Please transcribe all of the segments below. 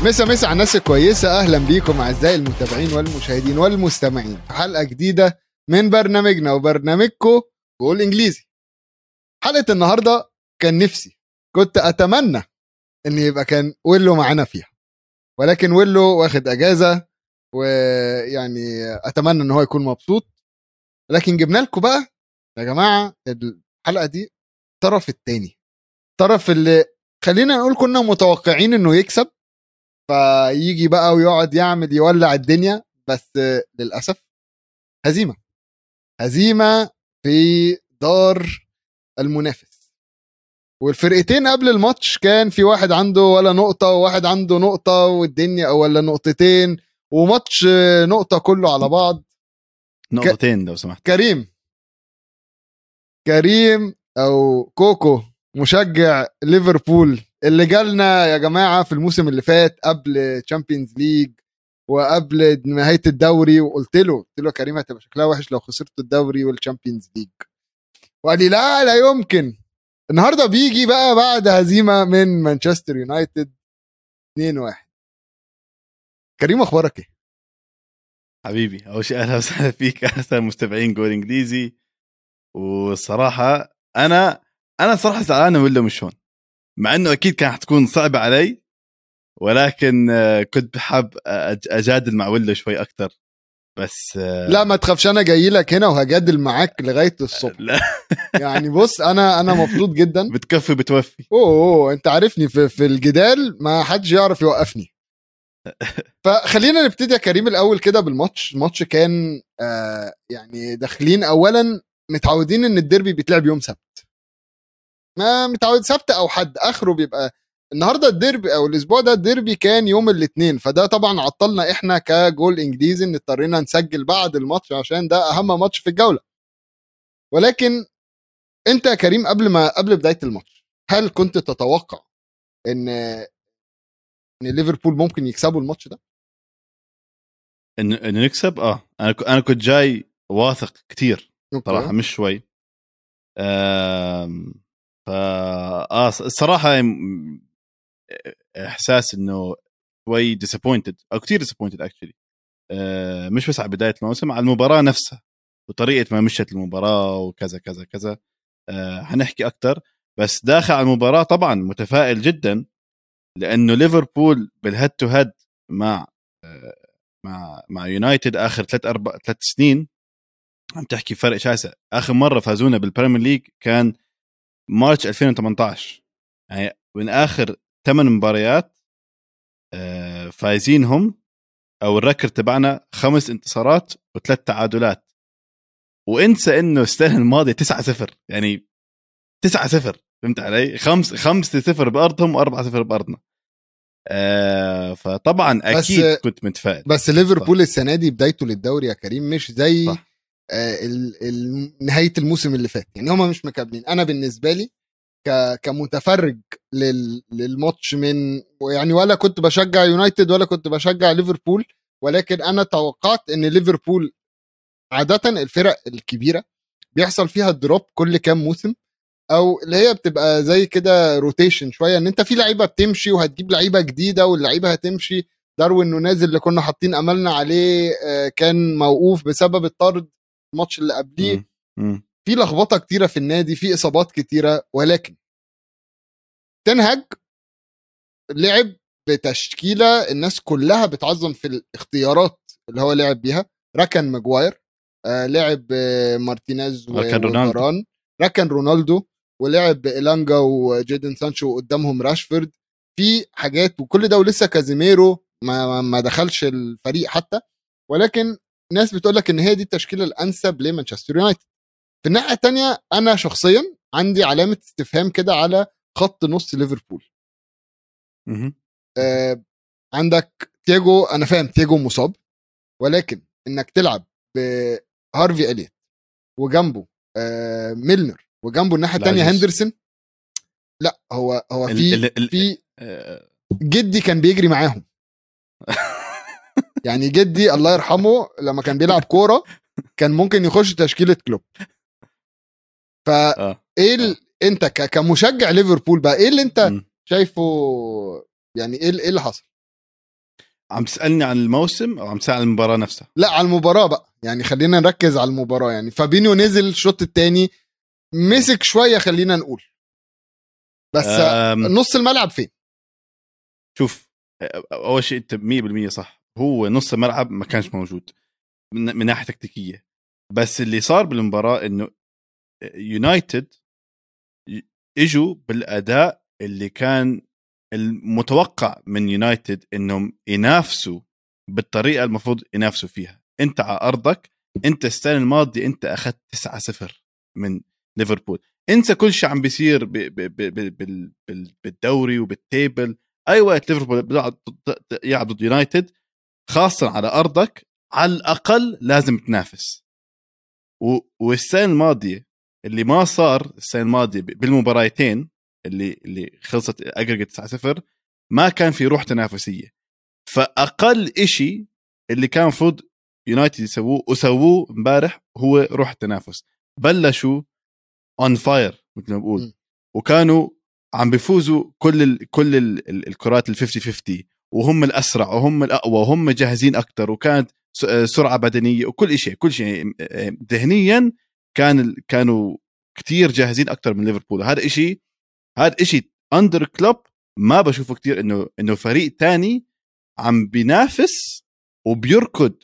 مسا على الناس كويسة. أهلا بيكم أعزائي المتابعين والمشاهدين والمستمعين في حلقة جديدة من برنامجنا وبرنامجكم بقول إنجليزي. حلقة النهاردة كنت أتمنى أن يبقى كان ويلو معنا فيها، ولكن ويلو واخد أجازة، ويعني أتمنى أن هو يكون مبسوط. لكن جبنا لكم بقى يا جماعة الحلقة دي الطرف التاني، الطرف اللي خلينا نقول كنا متوقعين أنه يكسب، فيجي بقى ويقعد يعمل يولع الدنيا، بس للأسف هزيمة في دار المنافس. والفرقتين قبل الماتش كان في واحد عنده ولا نقطة وواحد عنده نقطة والدنيا ولا نقطتين، وماتش نقطة كله على بعض. نقطتين لو سمحت. كريم أو كوكو مشجع ليفربول اللي جالنا يا جماعة في الموسم اللي فات قبل تشامبيونز ليج وقبل نهاية الدوري، وقلت له كريم هتبقى شكلها وحش لو خسرت الدوري والتشامبيونز ليج، وقال لي لا يمكن. النهاردة بيجي بقى بعد هزيمة من مانشستر يونايتد 2-1. كريم أخبارك ايه؟ حبيبي أول شيء أهلا وسهلا فيك، أهلا وسهلا مستمعين جول إنجليزي. والصراحة أنا صراحة زعلان ولا مش هون، مع إنه أكيد كانت حتكون صعبة علي، ولكن كنت بحب أجادل مع ولا شوي أكتر. بس لا ما تخافش، أنا جاي لك هنا وهجادل معاك لغاية الصبح. لا. يعني بص أنا مبسوط جدا. بتكفي بتوفي. أوه أنت عارفني في الجدال ما حدش يعرف يوقفني. فخلينا نبتدي يا كريم الأول كده بالماتش. الماتش كان يعني داخلين أولا متعودين إن الديربي بيتلعب يوم سبت، ما متعود سبت أو حد آخره بيبقى النهارده الديربي، أو الأسبوع ده الديربي كان يوم الاثنين، فده طبعا عطلنا إحنا كجول إنجليزي إن اضطرينا نسجل بعد الماتش عشان ده أهم ماتش في الجولة. ولكن أنت يا كريم قبل بداية الماتش هل كنت تتوقع إن ليفربول ممكن يكسبوا الماتش ده؟ إنه نكسب. أنا كنت جاي واثق كتير صراحة، مش شوي. الصراحة إحساس إنه شوي disappointed أو كتير disappointed actually. مش بس على بداية الموسم، على المباراة نفسها وطريقة ما مشت المباراة وكذا كذا كذا. هنحكي أكتر، بس داخل على المباراة طبعا متفائل جدا، لأنه ليفربول بالهيد تو هيد مع مع يونايتد آخر 3 سنين عم تحكي فرق شاسع. آخر مرة فازونا بالبريمير ليج كان مارس 2018، يعني من آخر 8 مباريات فايزينهم، أو الركر تبعنا 5 انتصارات و3 تعادلات. وانسى انه السنه الماضيه 9-0، يعني 9-0، فهمت علي؟ 5-0 بارضهم و4-0 بارضنا. فطبعا اكيد كنت متفائل. بس ليفربول السنه دي بدايته للدوري يا كريم مش زي نهايه الموسم اللي فات، يعني هما مش مكملين. انا بالنسبه لي كمتفرج للماتش من يعني ولا كنت بشجع يونايتد ولا كنت بشجع ليفربول، ولكن انا توقعت ان ليفربول عاده الفرق الكبيره بيحصل فيها الدروب كل كام موسم، او اللي هي بتبقى زي كده روتيشن شويه، ان انت في لعيبه بتمشي وهتجيب لعيبه جديده واللعيبه هتمشي. داروين نونيز اللي كنا حاطين املنا عليه كان موقوف بسبب الطرد الماتش اللي قبليه. في لخبطه كتيره في النادي، في اصابات كتيره، ولكن تنهج لعب بتشكيله الناس كلها بتعظم في الاختيارات اللي هو لعب بيها. ركن ماجواير، لعب مارتينيز وفاران، ركن رونالدو، ولعب إلانجا وجيدن سانشو قدامهم راشفورد في حاجات، وكل ده ولسه كازيميرو ما دخلش الفريق حتى. ولكن ناس بتقولك ان هي دي التشكيله الانسب لمانشستر يونايتد. في الناحيه الثانيه انا شخصيا عندي علامه استفهام كده على خط نص ليفربول. عندك تياجو، انا فاهم تياجو مصاب، ولكن انك تلعب بهارفي اليت وجنبه ميلنر وجنبه الناحيه الثانيه هندرسون، لا هو في جدي كان بيجري معاهم. يعني جدي الله يرحمه لما كان بيلعب كوره كان ممكن يخش تشكيله كلوب. ايه انت كمشجع ليفربول بقى ايه اللي انت شايفه؟ يعني ايه اللي حصل؟ عم تسالني عن الموسم او عم تسال عن المباراه نفسها؟ لا على المباراه بقى، يعني خلينا نركز على المباراه. يعني فابينيو نزل الشوط الثاني مسك شويه خلينا نقول، بس نص الملعب فين؟ شوف، اول شيء انت 100% صح، هو نص الملعب ما كانش موجود من ناحيه تكتيكيه. بس اللي صار بالمباراه انه يونايتد اجوا بالاداء اللي كان المتوقع من يونايتد انهم ينافسوا بالطريقه المفروض ينافسوا فيها. انت على ارضك، انت السنه الماضيه انت اخذت 9-0 من ليفربول. انسى كل شيء عم بيصير بالدوري وبالتيبل. اي وقت ليفربول يلعب ضد يونايتد خاصه على ارضك على الاقل لازم تنافس. والسنه الماضيه اللي ما صار السنه الماضيه بالمباراتين اللي خلصت اجريجيت 9-0 ما كان في روح تنافسيه. فاقل إشي اللي كان المفروض يونايتد يسووه وسووه امبارح هو روح التنافس. بلشوا اون فاير مثل ما بقول، وكانوا عم بيفوزوا كل الكرات ال 50-50، وهم الاسرع وهم الاقوى وهم جاهزين اكثر، وكانت سرعه بدنيه وكل شيء ذهنيا كانوا كتير جاهزين اكثر من ليفربول. هذا إشي اندر كلوب ما بشوفه كتير، انه فريق تاني عم بينافس وبيركض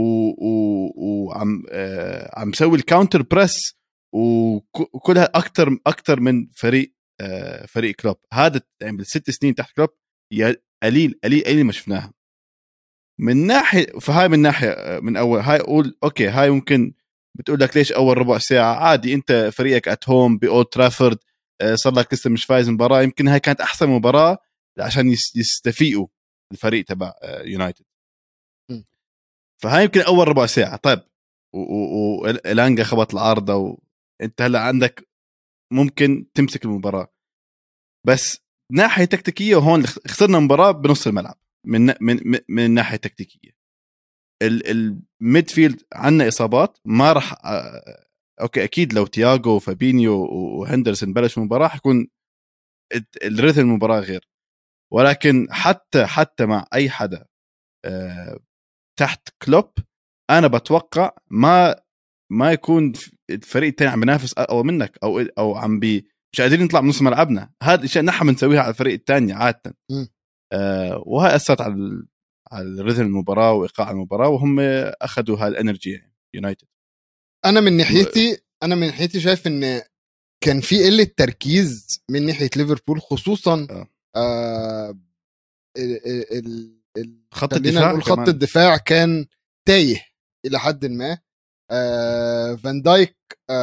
وعم عم بيسوي الكاونتر بريس وكلها اكثر من فريق كلوب. هذا يعني بالست سنين تحت كلوب يا قليل ما شفناها من ناحيه. فهاي من ناحيه، من اول هاي اقول اوكي، هاي ممكن بتقول لك ليش اول ربع ساعه عادي، انت فريقك ات هوم باولد ترافورد، صار لك لسه مش فايز مباراه، يمكن هاي كانت احسن مباراه عشان يستفيقوا الفريق تبع يونايتد. فهاي يمكن اول ربع ساعه. طيب والانجا خبط العارضه وانت هلا عندك ممكن تمسك المباراه، بس ناحيه تكتيكيه وهون خسرنا مباراه بنص الملعب من الناحيه التكتيكيه. الميدفيلد عندنا اصابات ما راح اوكي اكيد لو تياغو وفابينيو وهندرسون بلشوا المباراه حيكون الريتم المباراه غير. ولكن حتى مع اي حدا تحت كلوب انا بتوقع ما يكون الفريق الثاني عم بينافس اقوى منك او عم مش قادرين نطلع من نص ملعبنا. هذا الشيء نحن بنسويها على الفريق الثاني عاده. وهي اثرت على رتم المباراه وايقاع المباراه، وهم اخذوا هالانرجي يونايتد. انا من ناحيتي شايف ان كان في قله تركيز من ناحيه ليفربول، خصوصا خط الدفاع خط الدفاع كان تايه الى حد ما. فان دايك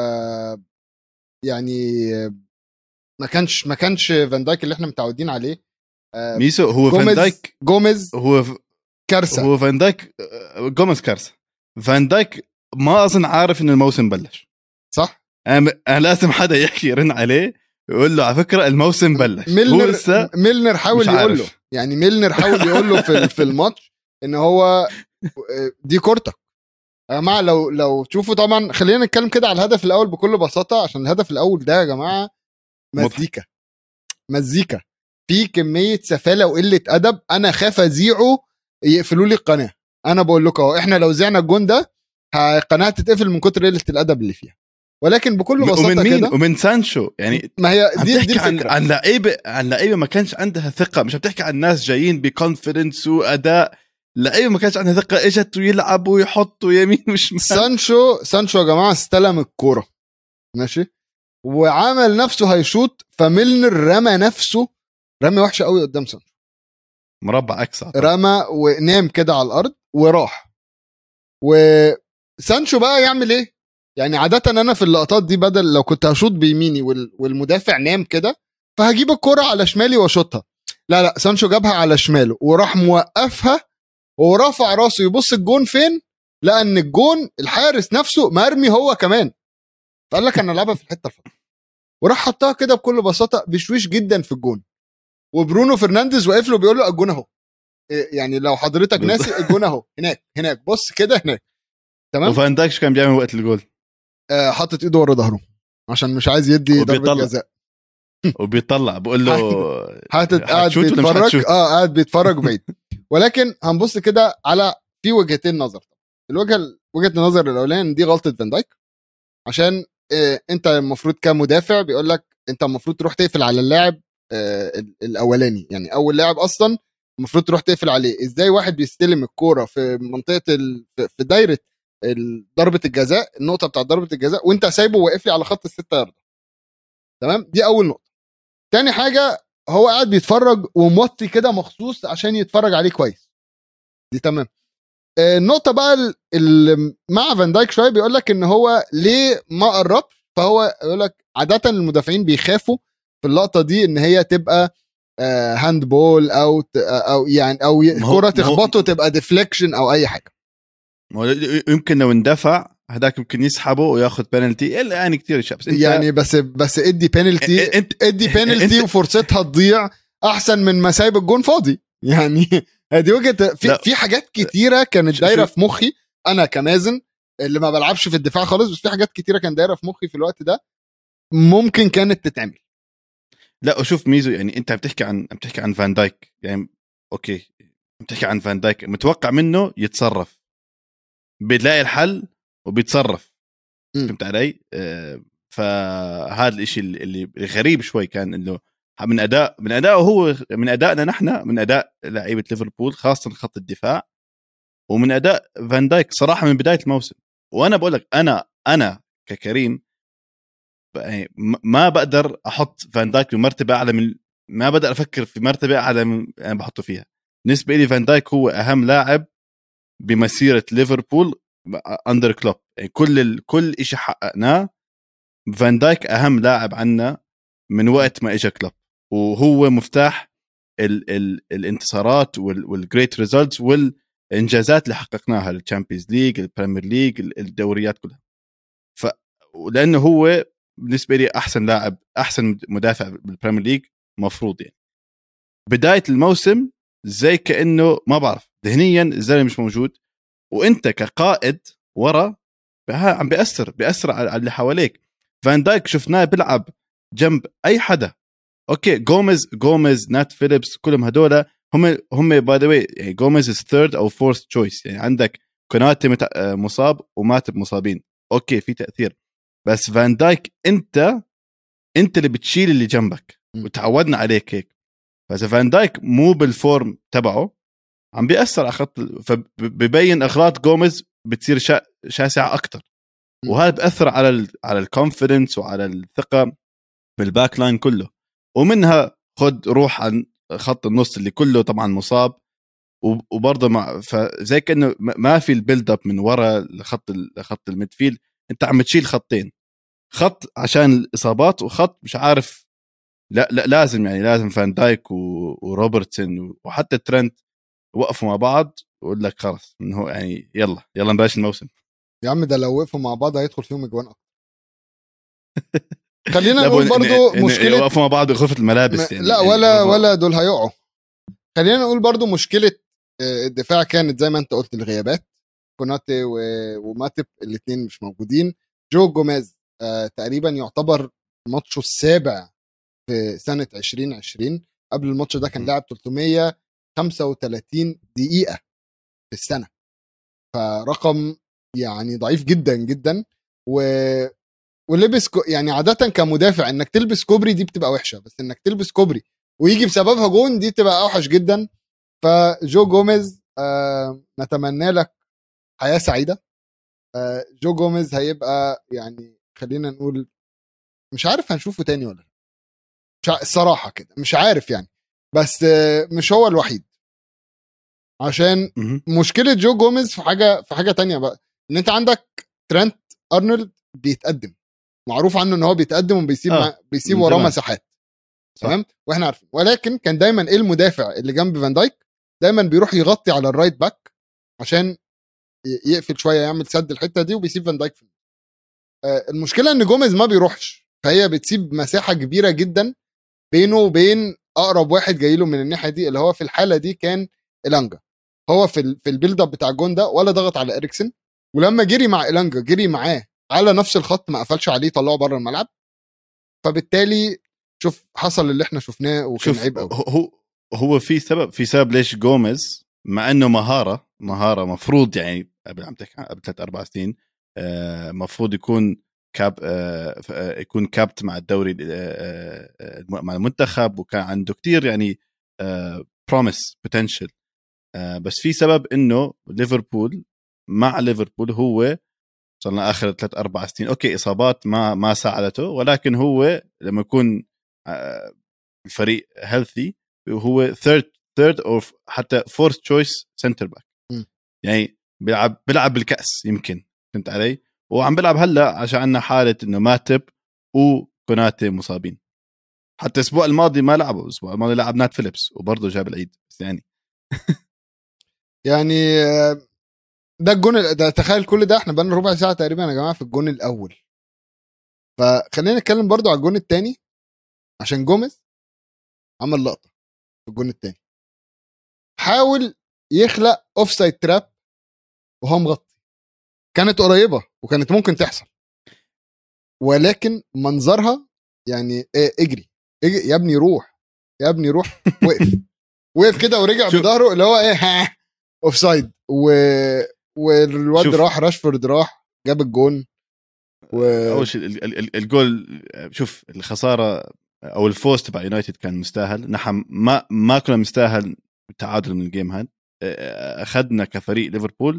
يعني ما كانش فان دايك اللي احنا متعودين عليه. ميسو هو فان دايك، جوميز هو كارثه. هو فان دايك جوميز كارثه. فان دايك ما اظن عارف ان الموسم بلش، صح؟ انا لازم حدا يحكي يرن عليه يقول له على فكره الموسم بلش. ميلنر حاول يقول له، يعني ميلنر حاول يقول له في الماتش ان هو دي كورتك يا جماعه. لو تشوفوا طبعا، خلينا نتكلم كده على الهدف الاول بكل بساطه، عشان الهدف الاول ده يا جماعه مزيكا في كميه سفاله وقله ادب. انا خاف ازيعه يقفلوا لي القناه. انا بقول لكم اهو، احنا لو زعنا الجون ده القناه تتقفل من كتر قله الادب اللي فيها. ولكن بكل بساطه ومن مين؟ كده ومن سانشو. يعني ما هي دي الفكره، عن لعيبه ما كانش عندها ثقه. مش بتحكي عن ناس جايين بكونفيدنس واداء، لعيبه ما كانش عندها ثقه، اجت ويلعبوا ويحطوا يمين وشمال. سانشو يا جماعه استلم الكوره ماشي وعمل نفسه هيشوط، فميلنر رمى نفسه رمي وحشه قوي قدام سانشو، مربع اكس رمى ونام كده على الارض وراح. وسانشو بقى يعمل ايه؟ يعني عاده انا في اللقطات دي بدل لو كنت هشوط بيميني والمدافع نام كده فهجيب الكرة على شمالي واشوطها. لا سانشو جابها على شماله وراح موقفها ورفع راسه يبص الجون فين، لقى ان الجون الحارس نفسه مرمي هو كمان، فقال لك انا لعبها في الحته الفاضيه وراح حطها كده بكل بساطه بشويش جدا في الجون. وبرونو فرنانديز واقف له بيقول له الجون اهو. يعني لو حضرتك ناسي الجون اهو هناك بص كده هناك تمام. وفان دايك كان بيعمل وقت الجول حاطط ايده ورا ظهره عشان مش عايز يدي ضربه جزاء. وبيطلع بقول له قاعد بيتفرج قاعد بيتفرج بعيد. ولكن هنبص كده على في وجهتين نظر. وجهه النظر الاولانيه دي غلطه فان دايك، عشان انت المفروض كمدافع بيقول لك انت المفروض تروح تقفل على اللاعب الاولاني، يعني اول لاعب اصلا المفروض تروح تقفل عليه. ازاي واحد بيستلم الكوره في منطقه في دايره ضربه الجزاء، النقطه بتاعه ضربه الجزاء، وانت سايبه واقف لي على خط الستة يارده؟ تمام، دي اول نقطه. تاني حاجه هو قاعد بيتفرج وموطي كده مخصوص عشان يتفرج عليه كويس، دي تمام. النقطه بقى اللي مع فان دايك شويه بيقول لك ان هو ليه ما قربش، فهو يقول لك عاده المدافعين بيخافوا في اللقطه دي ان هي تبقى هاند بول او يعني او الكره تخبطه تبقى ديفليكشن او اي حاجه. يمكن لو اندفع هداك يمكن يسحبه وياخذ بينالتي، يعني كتير شاب يعني بس ادي بينالتي وفرصتها تضيع احسن من ما سايب الجون فاضي. يعني هذه وجهه في حاجات كتيره كانت دايره في مخي انا كمازن اللي ما بلعبش في الدفاع خالص، بس في حاجات كتيره كانت دايره في مخي في الوقت ده ممكن كانت تتعمل. لا وشوف ميزو، يعني انت بتحكي عن فان دايك، يعني اوكي بتحكي عن فان دايك متوقع منه يتصرف، بتلاقي الحل وبيتصرف. فهمت علي؟ فهذا الاشي اللي غريب شوي كان انه من اداء هو، من ادائنا نحن، من اداء لعيبه ليفربول خاصه خط الدفاع، ومن اداء فان دايك صراحه من بدايه الموسم. وانا بقول لك انا ككريم ما بقدر احط فان دايك بمرتبه اعلى من، ما بقدر افكر في مرتبه اعلى من انا بحطه فيها. بالنسبه لي فان دايك هو اهم لاعب بمسيره ليفربول اندر كلوب، يعني كل شيء حققناه فان دايك اهم لاعب عنا من وقت ما اجى كلوب، وهو مفتاح الانتصارات والجريت ريزلتس والانجازات اللي حققناها، الشامبيونز ليج، البريمير ليج، الدوريات كلها. لانه هو بالنسبه لي احسن لاعب، احسن مدافع بالبريمير ليج مفروض. يعني بدايه الموسم زي كانه ما بعرف ذهنيا الزلمه مش موجود، وانت كقائد ورا عم بيأثر على اللي حواليك. فان دايك شفناه بيلعب جنب اي حدا، اوكي جوميز نات فيليبس كلهم هدول هم باي ذا واي، يعني جوميز از ثيرد او فورث تشويس، يعني عندك كوناتي مصاب وماتب مصابين، اوكي في تأثير، بس فان دايك انت اللي بتشيل اللي جنبك وتعودنا عليك هيك. فاذا فان دايك مو بالفورم تبعه عم بيأثر على خط، فببين اغلاط جوميز بتصير شاسعه اكتر، وهذا بأثر على الكونفيدنس وعلى الثقه بالباك لاين كله. ومنها خد روح عن خط النص اللي كله طبعا مصاب، وبرضه فزي كأنه ما في البيلد اب من وراء لخط الميدفيلد، انت عم تشيل خطين، خط عشان الاصابات وخط مش عارف. لا لازم فان دايك وروبرتسون وحتى ترنت وقفوا مع بعض ويقول لك خلاص انه يعني يلا نبلش الموسم. يا عم ده لو وقفوا مع بعض هيدخل فيهم اجوان اكتر. خلينا نقول برضو مشكله وقفوا مع بعض غرفه الملابس يعني لا ولا دول هيقعوا. خلينا نقول برضو مشكله الدفاع كانت زي ما انت قلت الغيابات، كوناتي وماتب الاثنين مش موجودين. جو جوميز تقريبا يعتبر ماتشه السابع في سنه 2020، قبل الماتش ده كان لاعب 335 دقيقه في السنه، فرقم يعني ضعيف جدا جدا. ولبس يعني عاده كمدافع انك تلبس كوبري دي بتبقى وحشه، بس انك تلبس كوبري ويجي بسببها جون دي تبقى اوحش جدا. فجو جوميز نتمنى لك حياه سعيده. جو جوميز هيبقى يعني خلينا نقول مش عارف هنشوفه تاني ولا الصراحه كده مش عارف يعني، بس مش هو الوحيد. عشان مشكله جو جوميز في حاجه تانية بقى، ان انت عندك ترنت ارنولد بيتقدم، معروف عنه ان هو بيتقدم وبيسيب وراه مساحات، تمام، واحنا عارفين. ولكن كان دايما المدافع اللي جنب فان دايك دايما بيروح يغطي على الرايت باك عشان يقفل شويه يعمل سد الحته دي وبيسيب فان دايك. المشكله ان جوميز ما بيروحش، فهي بتسيب مساحه كبيره جدا بينه وبين اقرب واحد جاي له من الناحيه دي، اللي هو في الحاله دي كان إلانجا. هو في البيلد اب بتاع الجون ده ولا ضغط على إريكسن، ولما جري مع إلانجا جري معاه على نفس الخط، ما قفلش عليه، طلعه بره الملعب. فبالتالي شوف حصل اللي احنا شفناه وكان عيب قوي. هو في سبب ليش جوميز مع انه مهاره مفروض يعني قبل 3-4 سنين مفروض يكون يكون كابت مع الدوري مع المنتخب وكان عنده كتير يعني بروميس بوتنشل، بس في سبب انه مع ليفربول هو صرنا اخر 3-4 سنين اوكي اصابات ما ساعدته، ولكن هو لما يكون الفريق هيلثي هو third او حتى fourth choice center back. يعني بيلعب بالكأس يمكن، فهمت علي؟ وعم بيلعب هلا عشان عندنا حالة انه ماتب وكوناتي مصابين. حتى الاسبوع الماضي ما لعبوا، الاسبوع الماضي لعب نات فيليبس وبرضه جاب العيد. بس يعني ده الجون ده، تخيل كل ده احنا بقالنا ربع ساعة تقريبا يا جماعة في الجون الاول. فخلينا نتكلم برضو على الجون الثاني، عشان جوميز عمل لقطة في الجون الثاني، حاول يخلق اوفسايد تراب وهو مغطي، كانت قريبة وكانت ممكن تحصل، ولكن منظرها يعني اجري يا ابني روح، يا ابني روح. وقف كده ورجع بظهره اللي هو ايه اوفسايد، والواد راح راشفورد راح جاب الجون. اول شيء الجول، شوف الخساره او الفوز تبع يونايتد كان مستاهل، نحن ما كنا مستاهل التعادل من الجيم هاد، اخذنا كفريق ليفربول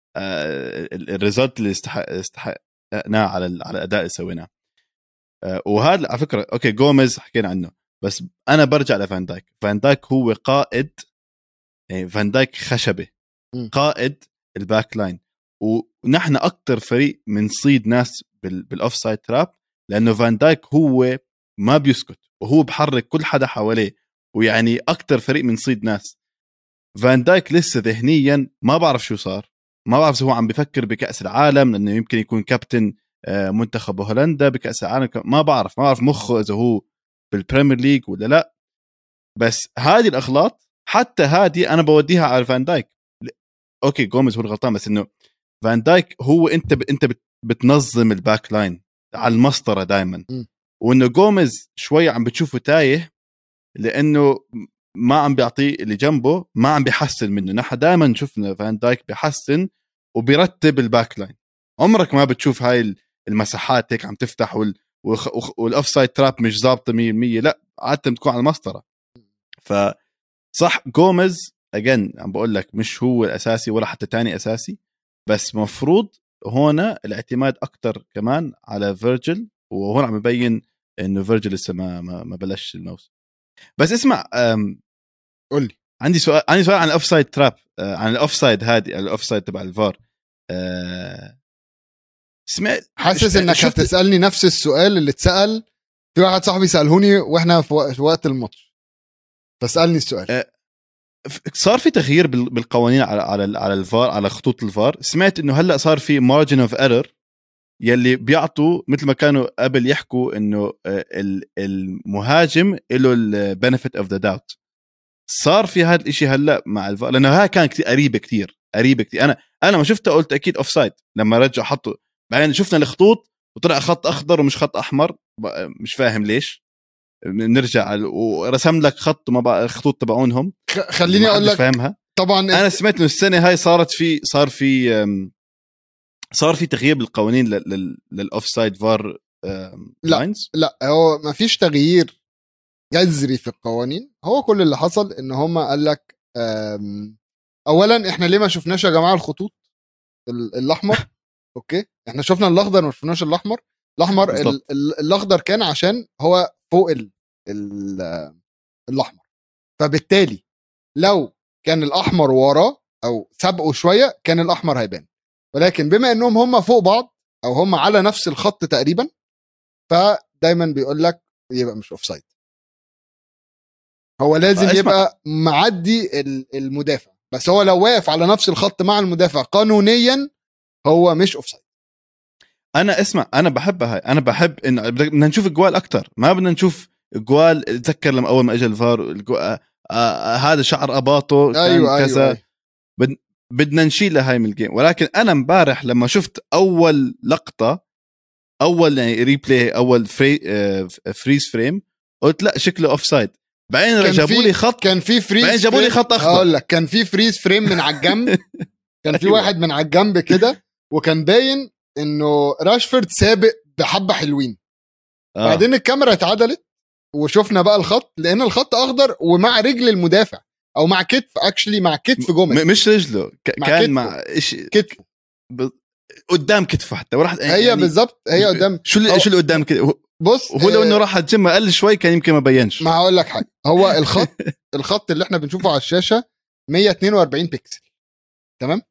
الريزلت اللي استحقناه على الاداء اللي سويناه. وهذا على فكره اوكي جوميز حكينا عنه، بس انا برجع لفان دايك هو قائد، يعني فان دايك خشبه قائد الباك لاين، ونحن اكتر فريق منصيد ناس بالاوفسايد تراب، لانه فان دايك هو ما بيسكت وهو بحرك كل حدا حواليه، ويعني اكتر فريق منصيد ناس. فان دايك لسه ذهنيا ما بعرف شو صار، ما بعرف هو عم بفكر بكأس العالم لانه يمكن يكون كابتن منتخب هولندا بكأس العالم، ما بعرف مخه اذا هو بالبريمير ليج ولا لا. بس هذه الاغلاط حتى هذه انا بوديها على فان دايك. اوكي جوميز هو الغلطان، بس انه فان دايك هو انت بتنظم الباك لاين على المسطره دائما، وانه جوميز شوي عم بتشوفه تايه لانه ما عم بيعطيه اللي جنبه، ما عم بيحسن منه. نحن دائما شفنا فان دايك بيحسن وبيرتب الباك لاين، عمرك ما بتشوف هاي المساحات هيك عم تفتح والاوفسايد تراب مش ضابطه 100%، لا عادة تكون على المسطره. فصح جوميز اجين عم بقول لك مش هو الاساسي ولا حتى تاني اساسي، بس مفروض هنا الاعتماد اكتر كمان على فيرجل، وهون عم يبين انه فيرجل لسه ما بلش الموسم. بس اسمع قول لي، عندي سؤال عن الاوفسايد تراب، عن الاوفسايد هادي، الاوفسايد تبع الفار. سمعت حاسس انك هتسالني نفس السؤال اللي اتسال في واحد صاحبي سالهوني واحنا في وقت الماتش، فسالني السؤال. صار في تغيير بالقوانين على الفار، على خطوط الفار. سمعت انه هلا صار في مارجن اوف ايرور يلي بيعطوا مثل ما كانوا قبل يحكوا انه المهاجم له البنفيت اوف ذا داوت. صار في هذا الاشي هلا مع الفار، لانه هاي كان كتير قريبه كتير. انا ما شفتها قلت اكيد اوف سايد، لما رجعوا حطوا بعدين شفنا الخطوط وطلع خط اخضر ومش خط احمر، مش فاهم ليش. نرجع ورسم لك خط خطوط تبعونهم. خليني اقول لك فاهمها. طبعا انا سمعت انه السنه هاي صار في تغيير بالقوانين للاوف سايد فار لاينز. لا هو ما فيش تغيير جذري في القوانين. هو كل اللي حصل ان هم قال لك اولا احنا ليه ما شفناش يا جماعه الخطوط الاحمر؟ اوكي احنا شفنا الاخضر ما شفناش الاحمر. الاخضر كان عشان هو فوق الاحمر، فبالتالي لو كان الاحمر وراه او سبقه شويه كان الاحمر هيبان، ولكن بما انهم هم فوق بعض او هم على نفس الخط تقريبا، فدايما بيقول لك يبقى مش اوفسايد. هو لازم يبقى معدي المدافع، بس هو لو واقف على نفس الخط مع المدافع قانونيا هو مش اوفسايد. انا بحبها هاي. انا بحب ان بدنا نشوف جوال اكتر، ما بدنا نشوف جوال. اتذكر لما اول ما اجى الفار هذا شعر اباطه كان أيوة كذا. أيوة. بدنا نشيلها هاي من الجيم. ولكن انا امبارح لما شفت اول لقطه، اول يعني ريبلاي، اول فريز فريم، قلت لا شكله اوف سايد، بعدين جابوا لي خط، كان في فريز، بعدين جابوا لي خط اخضر. اقول لك كان في فريز فريم من على الجنب كان في واحد من على الجنب كده وكان باين انه راشفورد سابق بحبه حلوين. بعدين الكاميرا اتعدلت وشفنا بقى الخط، لان الخط اخضر ومع رجل المدافع او مع كتف، اكشلي مع كتف جوميز، مش رجله كان كتفه. مع ايش كتفه قدام كتفه حتى وراح هي يعني بالظبط هي قدام. شو اللي قدام كده؟ بص وهو لو انه راح الجيم اقل شوي كان يمكن ما بينش. ما هقول لك حاجه، هو الخط اللي احنا بنشوفه على الشاشه 142 بكسل، تمام؟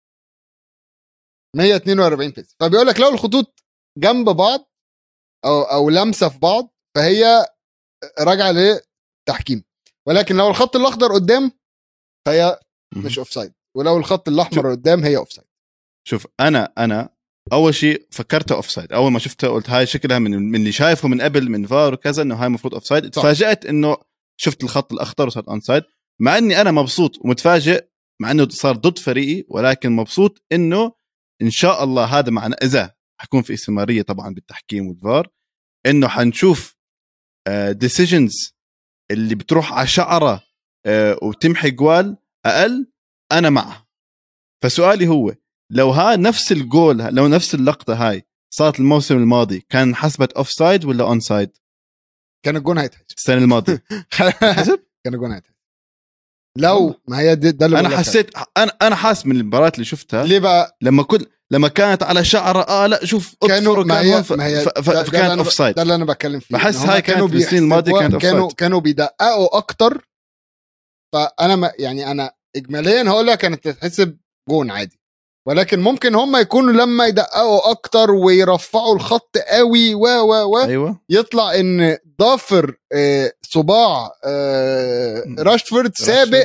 142 بكسل. فبيقول لك لو الخطوط جنب بعض او لمسه في بعض فهي راجعه للتحكيم، ولكن لو الخط الاخضر قدام فهي مش اوفسايد، ولو الخط الاحمر قدام هي اوفسايد. شوف انا اول شيء فكرته اوفسايد، اول ما شفتها قلت هاي شكلها من اللي شايفه من قبل من فار وكذا انه هاي المفروض اوفسايد. تفاجأت انه شفت الخط الاخضر وصارت اونسايد، مع اني انا مبسوط ومتفاجئ مع انه صار ضد فريقي، ولكن مبسوط انه ان شاء الله هذا معنا اذا حكون في استمراريه طبعا بالتحكيم والفار، انه حنشوف ديسيجنز اللي بتروح على شعره وتمحي جوال اقل. انا معه. فسؤالي هو لو نفس الجول، لو نفس اللقطه هاي صارت الموسم الماضي كان حسبت اوف سايد ولا اون سايد؟ كان الجون هيتحسب السنه الماضيه. حسب كان الجون هيتحسب. لو ما هي ده اللي انا حسيت انا حاس من المباريات اللي شفتها. ليه بقى؟ لما كانت على شعره لا شوف كانوا كان اوف سايد. ده اللي انا بتكلم فيه. بحس هاي كانوا بالسنين الماضيه كانت كانوا بيدققوا اكتر. فانا يعني انا اجماليا هقول لك كانت تتحسب جون عادي، ولكن ممكن هم يكونوا لما يدققوا اكتر ويرفعوا الخط قوي أيوة. يطلع ان ضافر صباع راشفورد سابق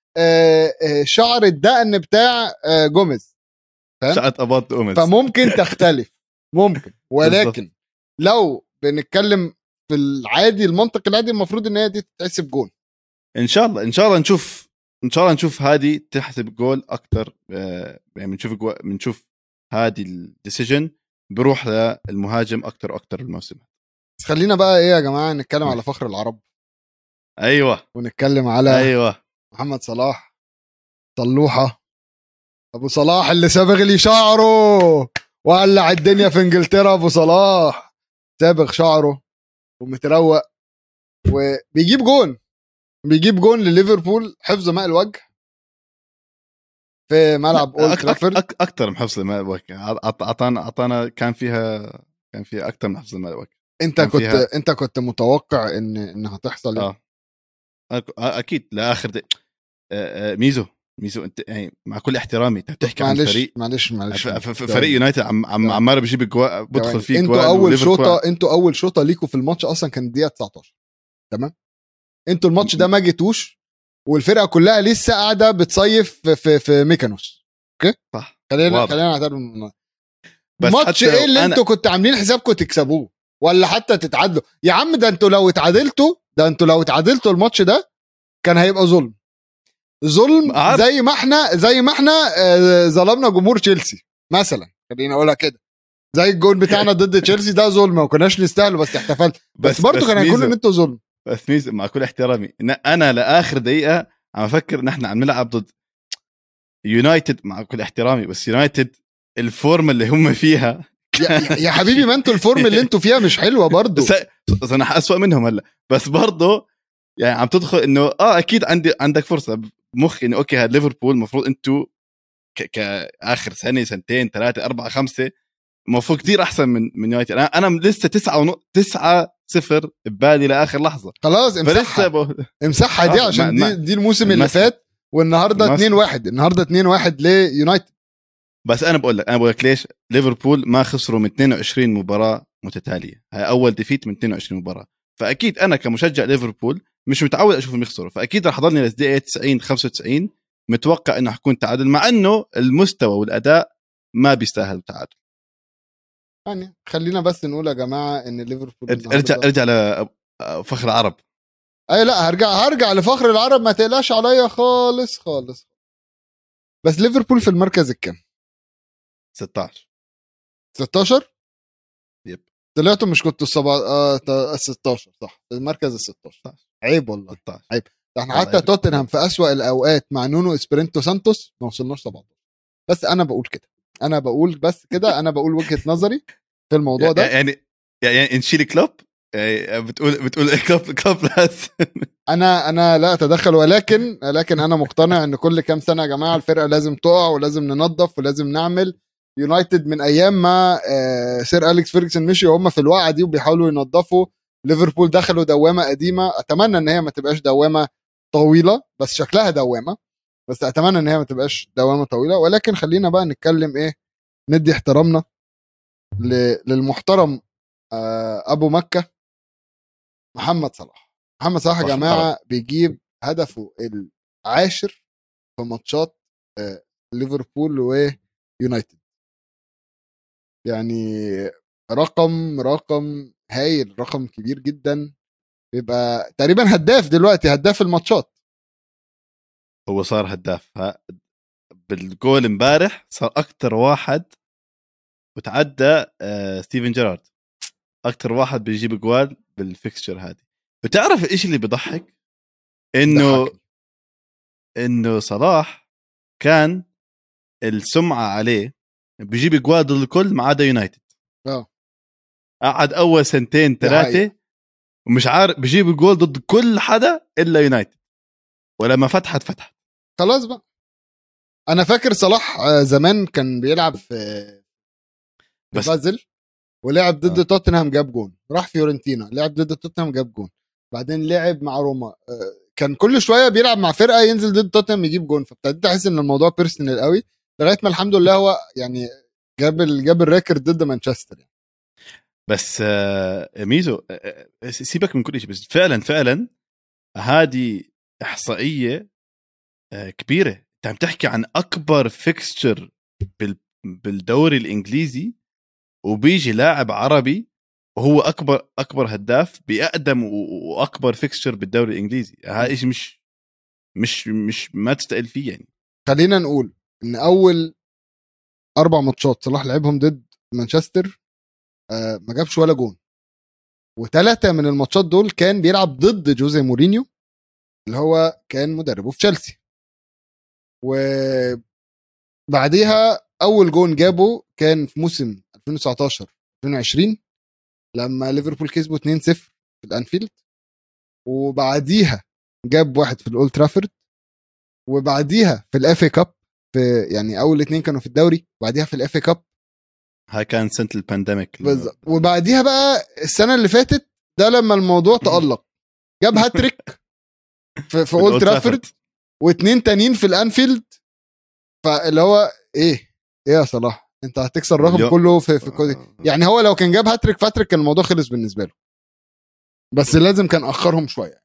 شعر الدقن بتاع جوميز، شعر اباط جوميز. فممكن تختلف ممكن، ولكن لو بنتكلم في العادي المنطق العادي المفروض ان هي دي تتحسب جون. ان شاء الله نشوف هذه تحسب جول اكثر. يعني بنشوف هذه الديسيجن بروح للمهاجم اكثر واكثر الموسم. بس خلينا بقى ايه يا جماعه نتكلم على فخر العرب. ايوه ونتكلم على محمد صلاح صلوحه، ابو صلاح اللي سابغ لي شعره وولع الدنيا في انجلترا. ابو صلاح سابغ شعره ومتروق وبيجيب جون لليفربول حفظ ماء الوجه في ملعب اولد ترافورد. اكثر من حفظ ماء الوجه. اعطانا كان فيها اكثر من حفظ ماء الوجه. انت كنت متوقع انها تحصل؟ اكيد لاخر ميزو انت يعني مع كل احترامي انت بتحكي عن فريق معلش فريق يونايتد عمار بيجيب الجوال بدخل فيه جوال. انتوا اول شوطه ليكوا في الماتش اصلا كان الدقيقه 19، تمام؟ انتوا الماتش ده ما جيتوش والفرقه كلها لسه قاعده بتصيف في ميكانوس. اوكي صح. خلينا نعتبر الماتش ايه اللي انتوا كنتوا عاملين حسابكم تكسبوه ولا حتى تتعادلوا؟ يا عم ده انتوا لو اتعادلتوا الماتش ده كان هيبقى ظلم زي ما احنا ظلمنا جمهور تشيلسي مثلا. خلينا اقولها كده، زي الجول بتاعنا ضد تشيلسي ده ظلم وما كناش نستاهله بس احتفلت. بس برضه كان هيكون ان انتوا ظلم. بس ميزو مع كل احترامي انا لاخر دقيقه عم افكر ان احنا عم نلعب ضد يونايتد. مع كل احترامي بس يونايتد الفورم اللي هم فيها يا حبيبي ما انتوا الفورم اللي انتوا فيها مش حلوه برضه. بس انا اسوأ منهم هلا. بس برضه يعني عم تدخل انه اكيد عندك فرصه مخي انه اوكي هذا ليفربول المفروض انتوا كاخر سنه سنتين 3 4 5 المفروض كتير احسن من يونايتد. انا لسه 9-0 ببالي لاخر لحظه. خلاص امسحها دي عشان دي الموسم اللي فات والنهارده 2-1 ليونايتد. بس انا بقول لك ليش ليفربول ما خسروا من 22 مباراه متتاليه. هاي اول ديفيت من 22 مباراه. فاكيد انا كمشجع ليفربول مش متعود اشوفهم يخسروا، فاكيد راح اضلني للدقيقه 90 95 متوقع انه حكون تعادل، مع انه المستوى والاداء ما بيستاهل تعادل. يعني خلينا بس نقول يا جماعه ان ليفربول ارجع لفخر العرب. اي لا هرجع لفخر العرب، ما تقلقش عليا خالص. بس ليفربول في المركز الكام؟ 16 16. يب طلعتوا مش كنتوا 16 صح، المركز 16. عيب والله 16. عيب. احنا حتى توتنهام في أسوأ الاوقات مع نونو اسبرينتو سانتوس ما وصلناش 17. بس انا بقول كده، انا بقول بس كده، انا بقول وجهة نظري في الموضوع ده. يعني نشيل كلوب، يعني بتقول كلوب لازم. انا لا اتدخل، ولكن انا مقتنع ان كل كام سنه يا جماعه الفرقه لازم تقع ولازم ننظف ولازم نعمل. يونايتد من ايام ما سير أليكس فيرجسون مشي وهم في الوقعه دي وبيحاولوا ينظفوا. ليفربول دخلوا دوامه قديمه، اتمنى ان هي ما تبقاش دوامه طويله، بس شكلها دوامه، بس اتمنى ان هي ما تبقاش دوامه طويله. ولكن خلينا بقى نتكلم ايه، ندي احترامنا للمحترم ابو مكه محمد صلاح. محمد صلاح يا جماعه بيجيب هدفه العاشر في ماتشات ليفربول ويونايتد. يعني رقم هايل، رقم كبير جدا. بيبقى تقريبا هداف دلوقتي، هداف الماتشات. هو صار هداف بالجول امبارح، صار اكتر واحد وتعدى ستيفن جيرارد، اكتر واحد بيجيب جوال بالفيكستشر هذه. وتعرف ايش اللي بيضحك؟ انه صلاح كان السمعه عليه بيجيب جوال ضد الكل ما عدا يونايتد. قعد اول سنتين 3 ومش عارف بيجيب جول ضد كل حدا الا يونايتد، ولما فتحت خلاص بقى. انا فاكر صلاح زمان كان بيلعب في بازل، ولعب ضد توتنهام جاب جون، راح فيورنتينا لعب ضد توتنهام جاب جون، بعدين لعب مع روما. كان كل شويه بيلعب مع فرقه ينزل ضد توتنهام يجيب جون، فابتديت احس ان الموضوع بيرسونال قوي، لغايه ما الحمد لله هو يعني جاب الريكورد ضد مانشستر يعني. بس ميزو سيبك من كل شيء، بس فعلا هذه احصائيه كبيره. انت عم تحكي عن اكبر فيكستشر بالدوري الانجليزي، وبيجي لاعب عربي وهو اكبر هداف باقدم واكبر فيكستشر بالدوري الانجليزي. هذا شيء مش ما تستقل فيه يعني. خلينا نقول ان اول 4 ماتشات صلاح لعبهم ضد مانشستر ما جابش ولا جون، و3 من الماتشات دول كان بيلعب ضد جوزيه مورينيو اللي هو كان مدربه في تشيلسي. وبعديها اول جون جابه كان في موسم 2019 2020 لما ليفربول كسبوا 2-0 في الانفيلد، وبعديها جاب واحد في الاولد ترافورد، وبعديها في الاف اي كاب، في يعني اول 2 كانوا في الدوري، وبعديها في الاف اي كاب. هاي كان سنه البانديميك وبعديها بقى السنه اللي فاتت ده لما الموضوع تألق جاب هاتريك في اولد ترافورد، و2 تانيين في الانفيلد. فاللي هو ايه يا صلاح انت هتكسر الرقم كله في كودي. يعني هو لو كان جاب هاتريك فاتريك كان الموضوع خلص بالنسبه له، بس لازم كان اخرهم شويه.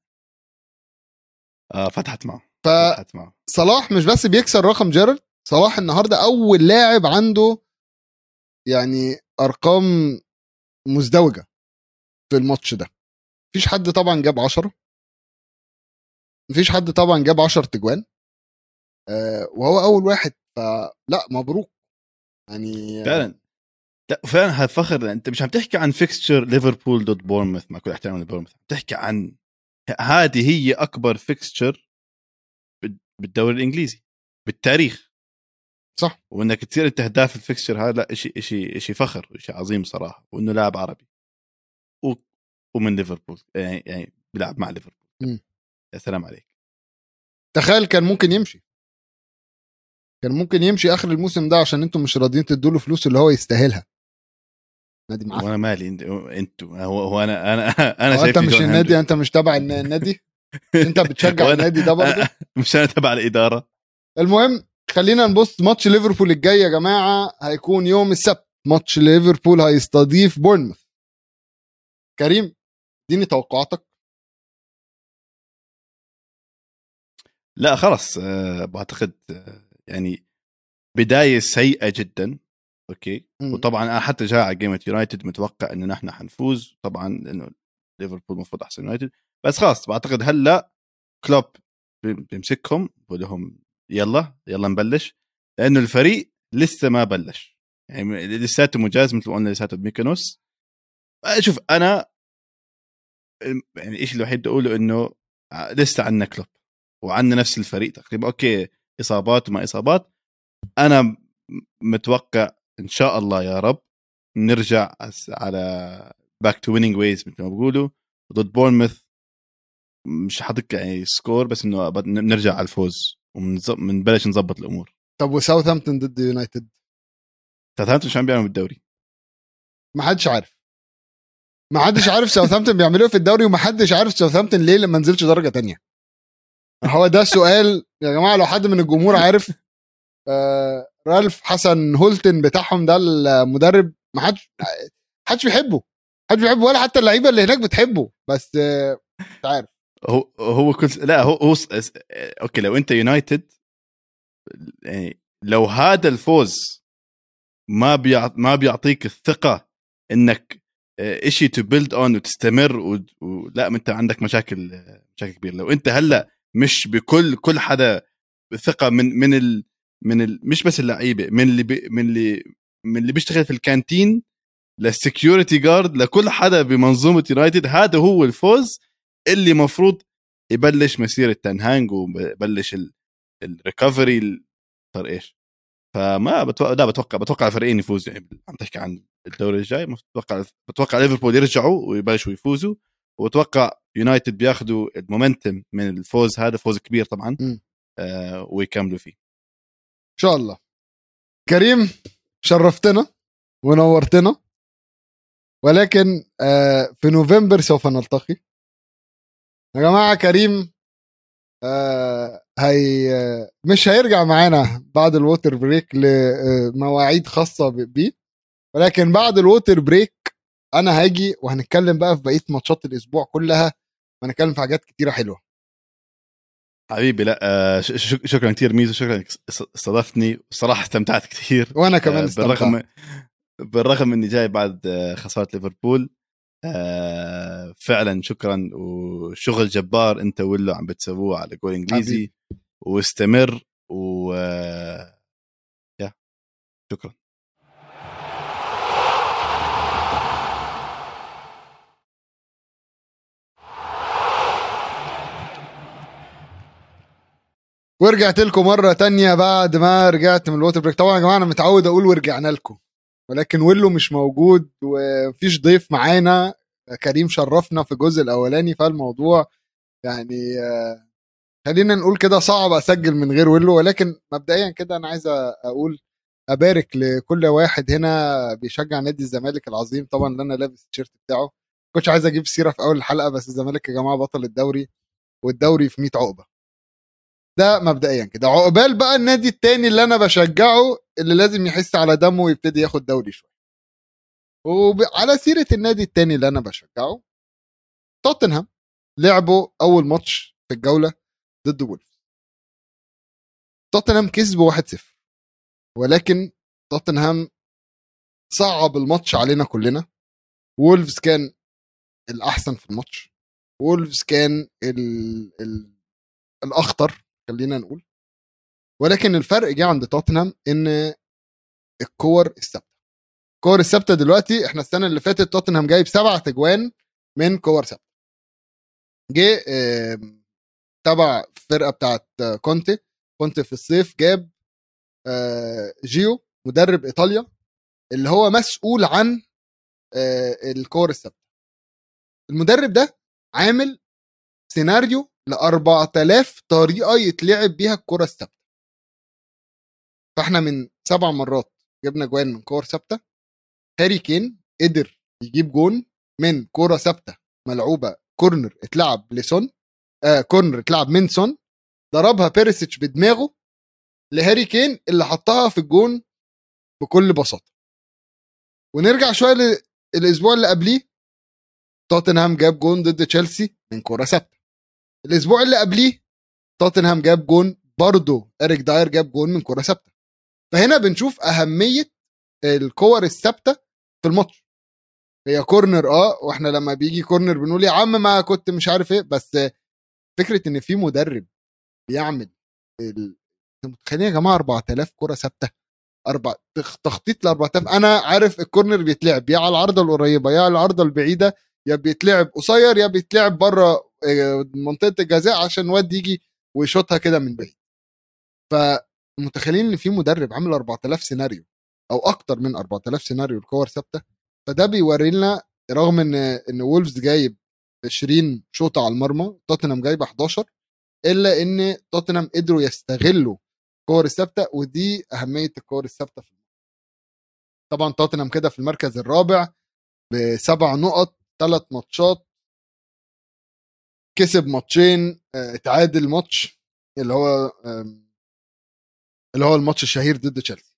فتحت معه. صلاح مش بس بيكسر رقم جيرارد، صلاح النهارده اول لاعب عنده يعني ارقام مزدوجه في الماتش ده. مفيش حد طبعا جاب 10، مفيش حد طبعا جاب 10 تجوان، وهو اول واحد. فلا مبروك يعني فعلا. لا فعلا هذا فخر. انت مش عم تحكي عن فيكستشر ليفربول ضد بورنموث، مع كل احترام لبورنموث، تحكي عن هذه هي اكبر فيكستشر بالدوري الانجليزي بالتاريخ. صح. وانك تصير انت هداف الفيكستشر هذا، لا شيء فخر، شيء عظيم صراحه. وانه لاعب عربي ومن ليفربول، يعني بيلعب مع ليفربول. يا سلام عليك. تخيل كان ممكن يمشي اخر الموسم ده عشان انتم مش راضيين تدوا له فلوس اللي هو يستاهلها. نادي معفن. وانا مالي انتوا هو انا شايف انت مش النادي، انت مش تبع النادي انت بتشجع النادي ده برضه. مش انا تبع الاداره. المهم خلينا نبص ماتش ليفربول الجاي يا جماعه، هيكون يوم السبت. ماتش ليفربول هيستضيف بورنموث. كريم اديني توقعاتك. لا خلص بعتقد يعني بدايه سيئه جدا. اوكي. وطبعا انا حتى جاء على جيمة يونايتد متوقع انه نحن حنفوز طبعا، لانه ليفربول المفروض احسن يونايتد. بس خلاص بعتقد هلا كلوب بيمسكهم بقول يلا نبلش، لانه الفريق لسه ما بلش، يعني لساته مجاز مثل ما قلنا، لساته بميكانوس. شوف انا يعني ايش الوحيد اللي اقوله انه لسه عندنا كلوب وعندنا نفس الفريق تقريبا. اوكي اصابات وما اصابات، انا متوقع ان شاء الله يا رب نرجع على باك تو ويننج ويز مثل ما بقولوا ضد بورنموث. مش حاطك يعني سكور، بس انه نرجع على الفوز ومنبلش نظبط الامور. طب وساوثهامبتون ضد يونايتد؟ ساوثهامبتون شو عم بيعملوا بالدوري؟ ما حدش عارف ساوثهامبتون بيعملوا في الدوري، وما حدش عارف ساوثهامبتون ليه لما نزلش درجه تانية. هو ده السؤال يا جماعه. لو حد من الجمهور عارف، رالف حسن هولتن بتاعهم ده المدرب، ما حدش بيحبه، ولا حتى اللعيبه اللي هناك بتحبه، بس مش عارف. هو كل لا هو اوكي لو انت يونايتد، يعني لو هذا الفوز ما بيعطيك الثقه انك اشي تو بيلد اون وتستمر ولا انت عندك مشاكل كبيره. لو انت هلا مش كل حدا ثقه من مش بس اللعيبه، من اللي بيشتغل في الكانتين للسكيورتي جارد لكل حدا بمنظومه يونايتد، هذا هو الفوز اللي مفروض يبلش مسيره تنهانج وبلش الريكفري صار ايش. فما بتوقع الفريقين يفوزوا. يعني عم تحكي عن الدوري الجاي، بتوقع ليفربول يرجعوا ويبلشوا يفوزوا، وبتوقع يونايتد بياخذوا المومنتم من الفوز هذا، فوز كبير طبعا، ويكملوا فيه ان شاء الله. كريم شرفتنا ونورتنا، ولكن في نوفمبر سوف نلتقي يا جماعه. كريم هي مش هيرجع معانا بعد الووتر بريك لمواعيد خاصه بيه، ولكن بعد الووتر بريك انا هاجي وهنتكلم بقى في بقيه ماتشات الاسبوع كلها، وهنتكلم في حاجات كتيره حلوه. حبيبي. لا شكرا كثير ميزو، شكرا استضفتني، الصراحه استمتعت كثير. وانا كمان استمتعت بالرغم اني جاي بعد خساره ليفربول. فعلا شكرا، وشغل جبار انت ولو عم بتسووه على جول انجليزي، واستمر يا شكرا. ورجعت لكم مرة تانية بعد ما رجعت من الووتر بريك. طبعا يا جماعة أنا متعود أقول ورجعنا لكم، ولكن ويلو مش موجود ومفيش ضيف معانا. كريم شرفنا في الجزء الأولاني، فالموضوع يعني خلينا نقول كده صعب أسجل من غير ويلو. ولكن مبدئيا كده أنا عايز أقول أبارك لكل واحد هنا بيشجع نادي الزمالك العظيم. طبعا اللي أنا لابس التيشيرت بتاعه، كنتش عايز أجيب سيرة في أول الحلقة، بس الزمالك يا جماعة بطل الدوري، والدوري في 100 عقبة. ده مبدئيا كده. عقبال بقى النادي التاني اللي انا بشجعه اللي لازم يحس على دمه ويبتدي ياخد دوري شويه. وعلى سيره النادي التاني اللي انا بشجعه، توتنهام لعبوا اول ماتش في الجوله ضد وولفز. توتنهام كسبوا 1-0، ولكن توتنهام صعب الماتش علينا كلنا. وولفز كان الاحسن في الماتش، وولفز كان الاخطر خلينا نقول. ولكن الفرق جه عند توتنهام ان الكور الثابته. كور الثابته دلوقتي، احنا السنه اللي فاتت توتنهام جايب 7 تجوان من كور ثابته. جه تبع الفرقه بتاعت كونتي في الصيف جاب جيو مدرب ايطاليا اللي هو مسؤول عن الكور الثابته. المدرب ده عامل سيناريو ل 4000 طريقه يتلعب بيها الكره الثابته. فاحنا من 7 مرات جبنا جوان من كور ثابته. هاري كين قدر يجيب جون من كوره ثابته ملعوبه كورنر اتلعب لسون، كورنر اتلعب من سون، ضربها بيريسيتش بدماغه لهاري كين اللي حطها في الجون بكل بساطه. ونرجع شويه للاسبوع اللي قبليه، توتنهام جاب جون ضد تشيلسي من كوره ثابته. الاسبوع اللي قبليه توتنهام جاب جون برضه، اريك داير جاب جون من كوره ثابته. فهنا بنشوف اهميه الكور الثابته في الماتش. هي كورنر واحنا لما بيجي كورنر بنقول يا عم ما كنت مش عارف ايه، بس فكره ان في مدرب بيعمل متخيلين يا جماعه 4000 كره ثابته تخطيط ل4000. انا عارف الكورنر بيتلعب يا على العارضه القريبه يا على العارضه البعيده، يا بيتلعب قصير يا بيتلعب بره منطقه الجزاء عشان واد يجي ويشوطها كده من بعيد. فمتخيلين ان في مدرب عامل 4000 سيناريو او اكتر من 4000 سيناريو الكور ثابته. فده بيوري لنا رغم ان وولفز جايب 20 شوطه على المرمى، توتنهام جايب 11، الا ان توتنهام قدروا يستغلوا الكور الثابته، ودي اهميه الكور الثابته. طبعا توتنهام كده في المركز الرابع ب7 نقط، 3 ماتشات، كسب ماتشين، اتعادل ماتش اللي هو الماتش الشهير ضد تشيلسي.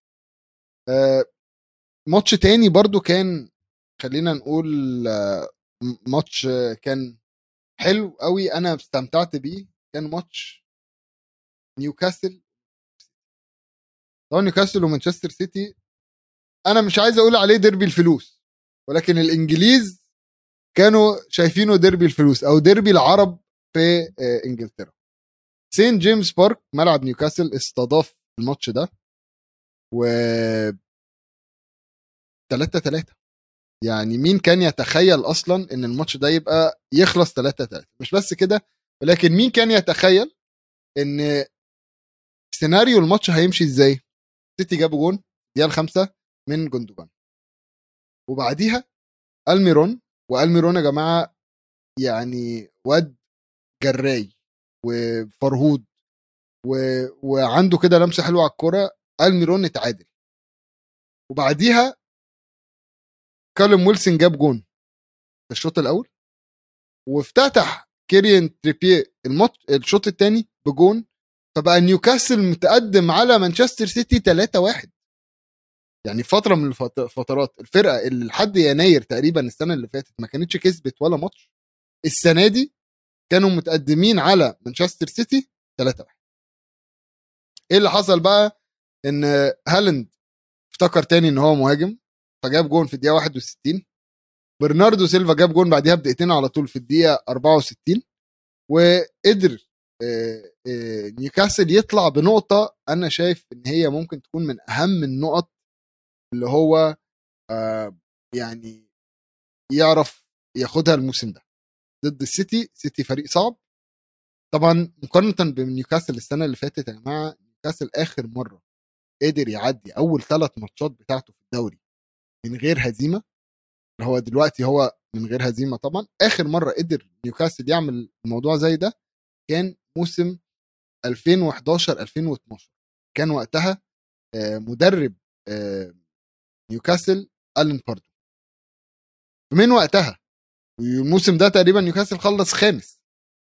ماتش تاني برضو كان، خلينا نقول ماتش كان حلو قوي، انا استمتعت بيه، كان ماتش نيوكاسل. طبعا نيوكاسل ومانشستر سيتي انا مش عايز اقول عليه ديربي الفلوس، ولكن الانجليز كانوا شايفينه ديربي الفلوس او ديربي العرب في انجلترا. سين جيمس بارك ملعب نيوكاسل استضاف الماتش ده، و 3-3. يعني مين كان يتخيل اصلا ان الماتش ده يبقى يخلص 3-3؟ مش بس كده، ولكن مين كان يتخيل ان سيناريو الماتش هيمشي ازاي؟ سيتي جابوا جون دقيقه 5 من جوندوجان، وبعديها الميرون يا جماعه يعني واد جراي وفرهود وعنده كده لمسه حلوه على الكوره. الميرون اتعادل، وبعديها كالوم ويلسون جاب جون في الشوط الاول، وافتتح كيريان تريبيه الشوط الثاني بجون، فبقى نيوكاسل متقدم على مانشستر سيتي 3-1. يعني فتره من الفترات الفرقه اللي لحد يناير تقريبا السنه اللي فاتت ما كانتش كسبت ولا ماتش، السنه دي كانوا متقدمين على مانشستر سيتي 3-1. ايه اللي حصل بقى؟ ان هالاند افتكر تاني ان هو مهاجم، فجاب جون في الدقيقه 61. برناردو سيلفا جاب جون بعديها بدقيقتين على طول في الدقيقه 64، وقدر نيوكاسل يطلع بنقطه انا شايف ان هي ممكن تكون من اهم النقط اللي هو يعني يعرف ياخدها الموسم ده ضد السيتي. سيتي فريق صعب طبعا مقارنه بنيوكاسل السنه اللي فاتت. يا جماعه نيوكاسل اخر مره قدر يعدي اول 3 ماتشات بتاعته في الدوري من غير هزيمه، هو دلوقتي هو من غير هزيمه طبعا. اخر مره قدر نيوكاسل يعمل الموضوع زي ده كان موسم 2011 2012، كان وقتها مدرب نيوكاسل ألين باردو. من وقتها الموسم ده تقريبا نيوكاسل خلص خامس.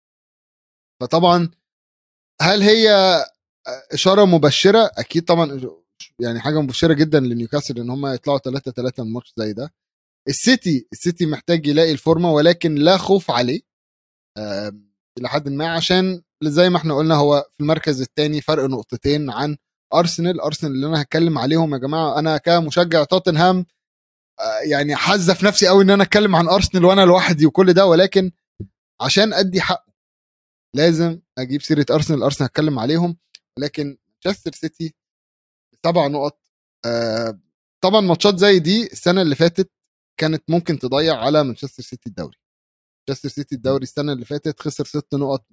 فطبعا هل هي اشاره مبشره؟ اكيد طبعا، يعني حاجه مبشره جدا لنيوكاسل ان هم يطلعوا 3-3 من ماتش زي ده. السيتي محتاج يلاقي الفورمه، ولكن لا خوف عليه الى حد ما، عشان زي ما احنا قلنا هو في المركز الثاني فرق نقطتين عن ارسنال اللي انا هتكلم عليهم. يا جماعه انا كمشجع توتنهام يعني حزه في نفسي قوي ان انا اتكلم عن ارسنال وانا لوحدي وكل ده، ولكن عشان ادي حقه لازم اجيب سيره ارسنال هتكلم عليهم. لكن مانشستر سيتي 7 نقط. طبعا ماتشات زي دي السنه اللي فاتت كانت ممكن تضيع على مانشستر سيتي الدوري. مانشستر سيتي الدوري السنه اللي فاتت خسر 6 نقط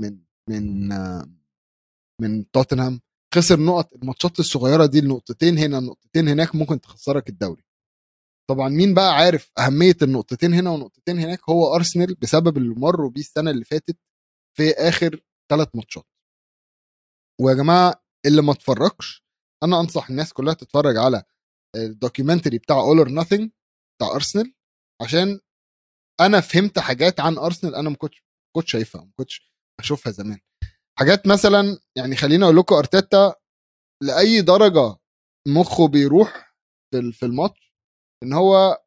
من توتنهام، خسر نقط. الماتشات الصغيره دي النقطتين هنا النقطتين هناك ممكن تخسرك الدوري. طبعا مين بقى عارف اهميه النقطتين هنا ونقطتين هناك؟ هو ارسنال، بسبب اللي مروا بيه السنه اللي فاتت في اخر 3 ماتشات. ويا جماعه اللي ما اتفرجش انا انصح الناس كلها تتفرج على الدوكيومنتري بتاع All or Nothing بتاع ارسنال، عشان انا فهمت حاجات عن ارسنال انا ما كنتش شايفها، ما كنتش اشوفها زمان. حاجات مثلا يعني خليني اقول لكم ارتيتا لاي درجه مخه بيروح في الماتش، ان هو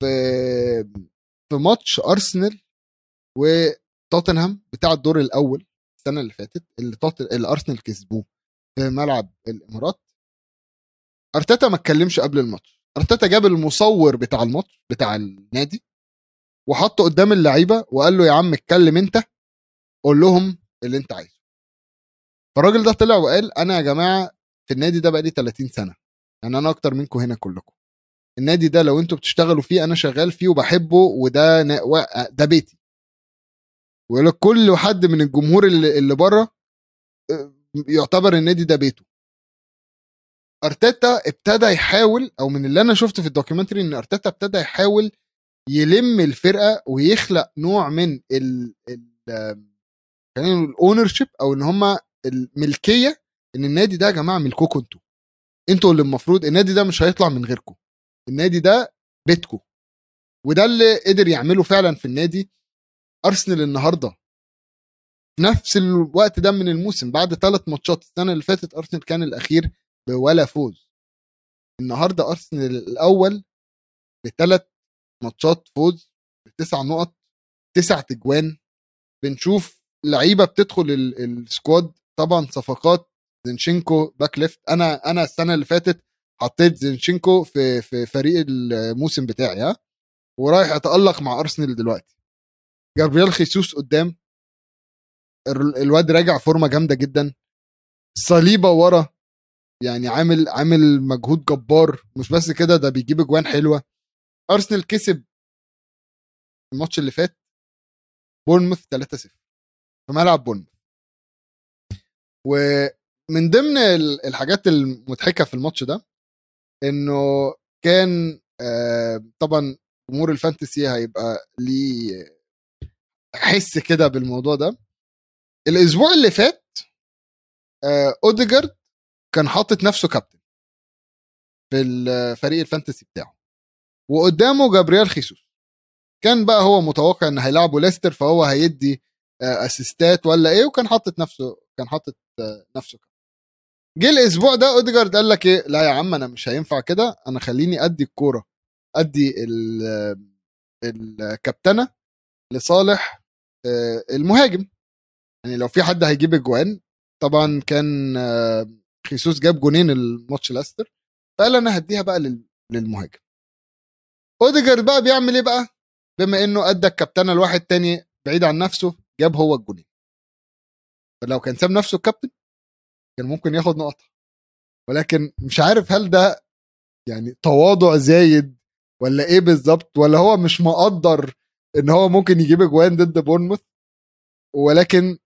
في ماتش ارسنال وتوتنهام بتاع الدور الاول السنه اللي فاتت اللي ارسنال كسبوه في ملعب الامارات. ارتيتا ما اتكلمش قبل الماتش، ارتيتا جاب المصور بتاع الماتش بتاع النادي وحطه قدام اللعيبه وقال له يا عم اتكلم انت، قول لهم اللي انت عايزه. فالراجل ده طلع وقال انا يا جماعه في النادي ده بقالي 30 سنه، يعني انا اكتر منكم هنا كلكم. النادي ده لو انتوا بتشتغلوا فيه انا شغال فيه وبحبه، وده ده بيتي. ويقول لك كل حد من الجمهور اللي بره يعتبر النادي ده بيته. ارتيتا ابتدى يحاول، او من اللي انا شفته في الدوكيومنتري ان ارتيتا ابتدى يحاول يلم الفرقه ويخلق نوع من خلينا نقول الاونرشيب، او ان هم الملكيه، ان النادي ده يا جماعه ملككم انتوا اللي المفروض، النادي ده مش هيطلع من غيركم، النادي ده بيتكم. وده اللي قدر يعمله فعلا في النادي. ارسنال النهارده في نفس الوقت ده من الموسم بعد 3 ماتشات، السنه اللي فاتت ارسنال كان الاخير بولا فوز. النهارده ارسنال الاول ب3 ماتشات فوز، ب9 نقط، 9 تجوان. بنشوف لعيبه بتدخل السكواد، طبعا صفقات زينشينكو باك ليفت. انا السنه اللي فاتت حطيت زينشينكو في فريق الموسم بتاعي، ها، ورايح اتالق مع ارسنال دلوقتي. جابرييل خيسوس قدام، الواد راجع فورمه جامده جدا. صليبه ورا، يعني عامل مجهود جبار. مش بس كده، ده بيجيب اجوان حلوه. ارسنال كسب الماتش اللي فات بورنموث 3-0 في ملعب بورنموث. ومن ضمن الحاجات المضحكه في الماتش ده انه كان طبعا جمهور الفانتسي هيبقى ليه حس كده بالموضوع ده. الاسبوع اللي فات اوديجارد كان حاطط نفسه كابتن في الفريق الفانتسي بتاعه، وقدامه جابرييل خيسوس. كان بقى هو متوقع ان هيلعبوا ليستر، فهو هيدي اسيستات ولا ايه، وكان حاطط نفسه نفسه كابتن. جه الاسبوع ده اوديجارد قال لك ايه، لا يا عم انا مش هينفع كده، انا خليني ادي الكوره، ادي الكابتنه لصالح المهاجم. يعني لو في حد هيجيب اجوان، طبعا كان خيسوس جاب جونين الماتش لاستر، فقال انا هديها بقى للمهاجم. اوديجارد بقى بيعمل ايه بقى؟ بما انه ادى الكابتنه لواحد تاني بعيد عن نفسه، جاب هو الجونين. فلو كان ساب نفسه الكابتن كان ممكن ياخد نقطه. ولكن مش عارف هل ده يعني تواضع زايد ولا ايه بالظبط، ولا هو مش مقدر ان هو ممكن يجيب اجوان ضد بورنموث. ولكن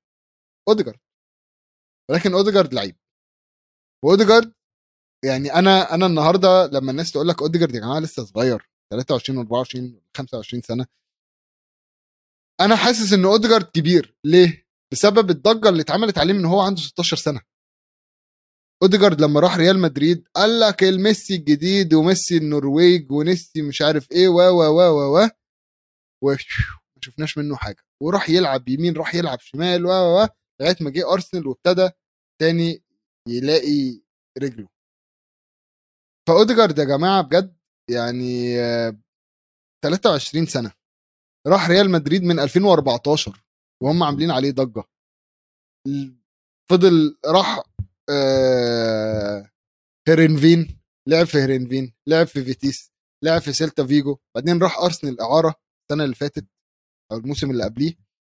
اوديجارد لعيب. واوديجارد يعني انا النهارده لما الناس تقول لك اوديجارد يا جماعه لسه صغير 23 24 25 سنه، انا حاسس ان اوديجارد كبير. ليه؟ بسبب الضجه اللي اتعملت عليه من هو عنده 16 سنه. اوديجارد لما راح ريال مدريد قال لك الميسي الجديد وميسي النرويج ونيسي مش عارف ايه و و و و و وما شفناش منه حاجه، وراح يلعب يمين راح يلعب شمال و و لغايه ما جه ارسنال وابتدى تاني يلاقي رجله. فاوديجارد يا جماعه بجد يعني 23 سنه، راح ريال مدريد من 2014 وهم عاملين عليه ضجه. فضل راح هيرنفين، لعب في هيرنفين، لعب في فيتيس، لعب في سيلتا فيجو، بعدين راح ارسنال اعاره السنه اللي فاتت او الموسم اللي قبليه،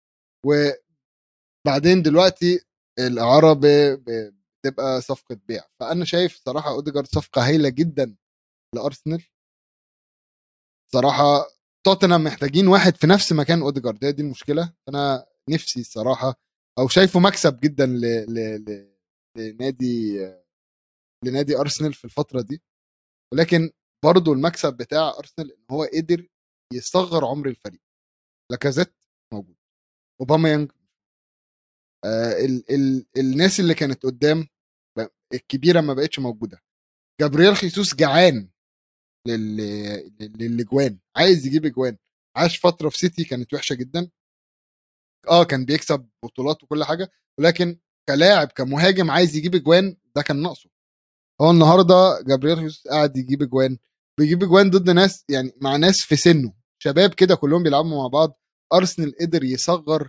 وبعدين دلوقتي الاعاره بتبقى صفقه بيع. فانا شايف صراحه اوديجارد صفقه هايله جدا لارسنال. صراحه توتنهام محتاجين واحد في نفس مكان اوديجارد، دي المشكله. انا نفسي الصراحه او شايفه مكسب جدا لنادي لنادي ارسنال في الفتره دي. ولكن برضو المكسب بتاع ارسنال ان هو قدر يصغر عمر الفريق. لاكازيت موجود، اوباميانج، الناس اللي كانت قدام الكبيره ما بقتش موجوده. جابرييل خيسوس جعان للاجوان، عايز يجيب اجوان. عاش فتره في سيتي كانت وحشه جدا، كان بيكسب بطولات وكل حاجه، ولكن كلاعب كمهاجم عايز يجيب اجوان ده كان ناقصه. هو النهارده جابرييل خيسوس قاعد يجيب اجوان، بيجيب اجوان ضد ناس، يعني مع ناس في سنه شباب كده كلهم بيلعبوا مع بعض. ارسنال قدر يصغر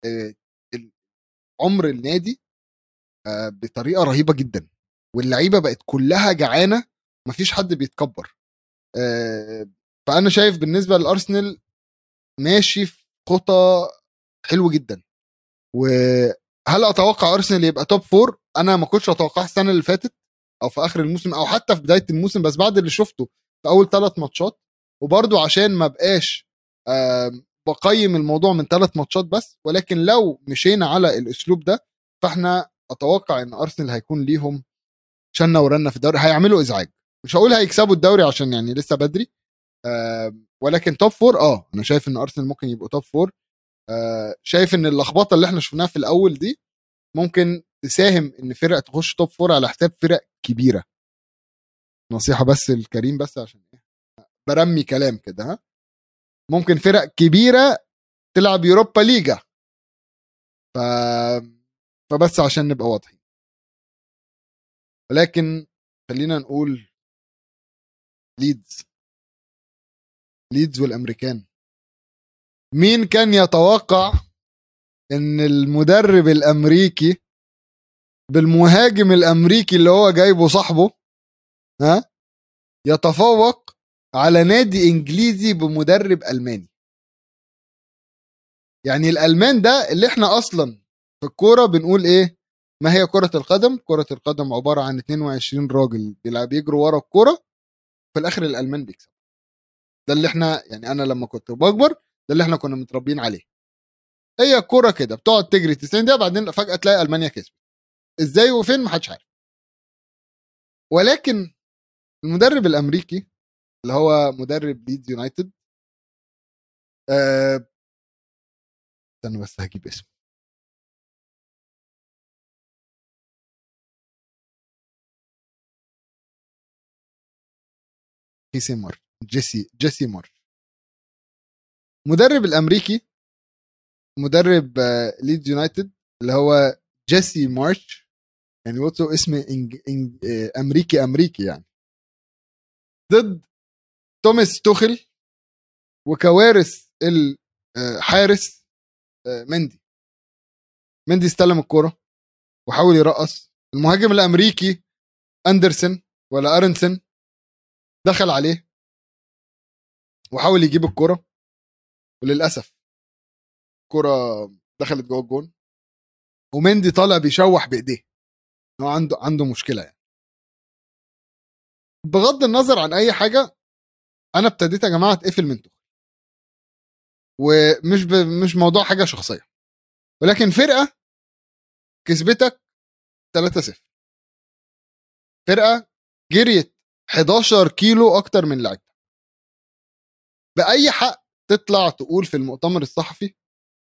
عمر النادي بطريقه رهيبه جدا، واللعيبه بقت كلها جعانه، مفيش حد بيتكبر. فانا شايف بالنسبه للارسنال ماشي في خطى حلو جدا. وهل اتوقع ارسنال يبقى توب 4؟ انا ما كنتش اتوقع السنه اللي فاتت، او في اخر الموسم او حتى في بدايه الموسم، بس بعد اللي شفته في اول 3 ماتشات. وبرضو عشان ما بقاش بقيم الموضوع من 3 ماتشات بس، ولكن لو مشينا على الاسلوب ده فاحنا اتوقع ان ارسنال هيكون ليهم شنه ورنه في الدوري، هيعملوا ازعاج. مش هقول هيكسبوا الدوري عشان يعني لسه بدري، ولكن توب 4 انا شايف ان ارسنال ممكن يبقوا توب 4. شايف ان اللخبطه اللي احنا شفناها في الاول دي ممكن تساهم ان فرق تخش توب 4 على حساب فرق كبيره. نصيحه بس الكريم، بس عشان برمي كلام كده، ها ممكن فرق كبيره تلعب يوروبا ليجا. ف... فبس عشان نبقى واضحين. ولكن خلينا نقول ليدز والامريكان. مين كان يتوقع ان المدرب الامريكي بالمهاجم الامريكي اللي هو جايبه صاحبه يتفوق على نادي انجليزي بمدرب الماني؟ يعني الالمان ده اللي احنا اصلا في الكوره بنقول ايه؟ ما هي كرة القدم؟ كرة القدم عبارة عن 22 راجل بيلعب يجروا ورا الكرة، في الاخر الالمان بيكسب. ده اللي احنا يعني انا لما كنت بكبر ده اللي احنا كنا متربيين عليه. هي كرة كده بتقعد تجري 90 دقيقة بعدين فجأة تلاقي المانيا كسبت. ازاي وفين محدش عارف. ولكن المدرب الامريكي اللي هو مدرب ليدز يونايتد، استنى بس هجيب اسمه. جيسي مار. مدرب الامريكي مدرب ليدز يونايتد اللي هو جيسي مارش، يعني واتسو اسم امريكي يعني، ضد توماس توخل وكوارث الحارس مندي استلم الكرة وحاول يرقص المهاجم الامريكي اندرسون ولا ارنسون، دخل عليه وحاول يجيب الكرة، وللاسف الكرة دخلت جوه الجون، ومندي طالع بيشوح بايديه انه عنده مشكلة يعني. بغض النظر عن اي حاجة، انا ابتديت يا جماعة اتقفل من توخل، ومش مش موضوع حاجة شخصية، ولكن فرقة كسبتك 3-0، فرقة جريت 11 كيلو اكتر من لعبتها، باي حق تطلع تقول في المؤتمر الصحفي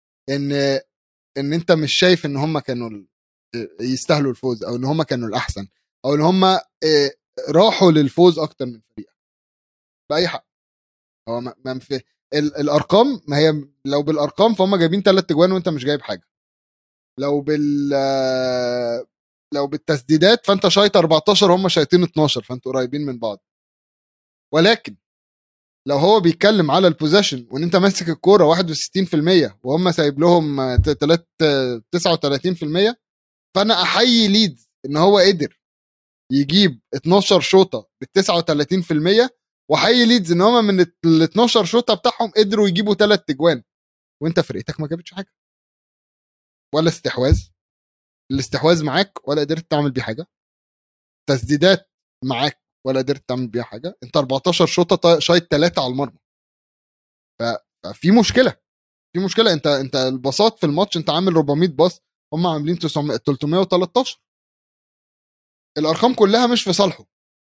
ان انت مش شايف ان هم كانوا يستاهلوا الفوز، او ان هم كانوا الاحسن، او ان هم راحوا للفوز اكتر من فريق؟ باي حق. هو ما في الارقام، ما هي لو بالارقام فهم جايبين 3 اجوان وانت مش جايب حاجه. لو بالتسديدات فانت شايط 14 هم شايطين 12، فانتوا قريبين من بعض. ولكن لو هو بيتكلم على البوزيشن وان انت ماسك الكوره 61% وهم سايب لهم 39%، فانا احيي ليدز ان هو قدر يجيب 12 شوطه ب 39%، واحيي ليدز ان هم من ال 12 شوطه بتاعهم قدروا يجيبوا 3 اجوان، وانت فرقتك ما جابتش حاجه ولا استحواذ. الاستحواذ معاك ولا قدرت تعمل بيه حاجه، تسديدات معاك ولا قدرت تعمل بيها حاجه، انت 14 شوطه شايط 3 على المرمى. ففي مشكله. انت الباصات في الماتش انت عامل 400 باص، هم عاملين 313. الارقام كلها مش في صالحه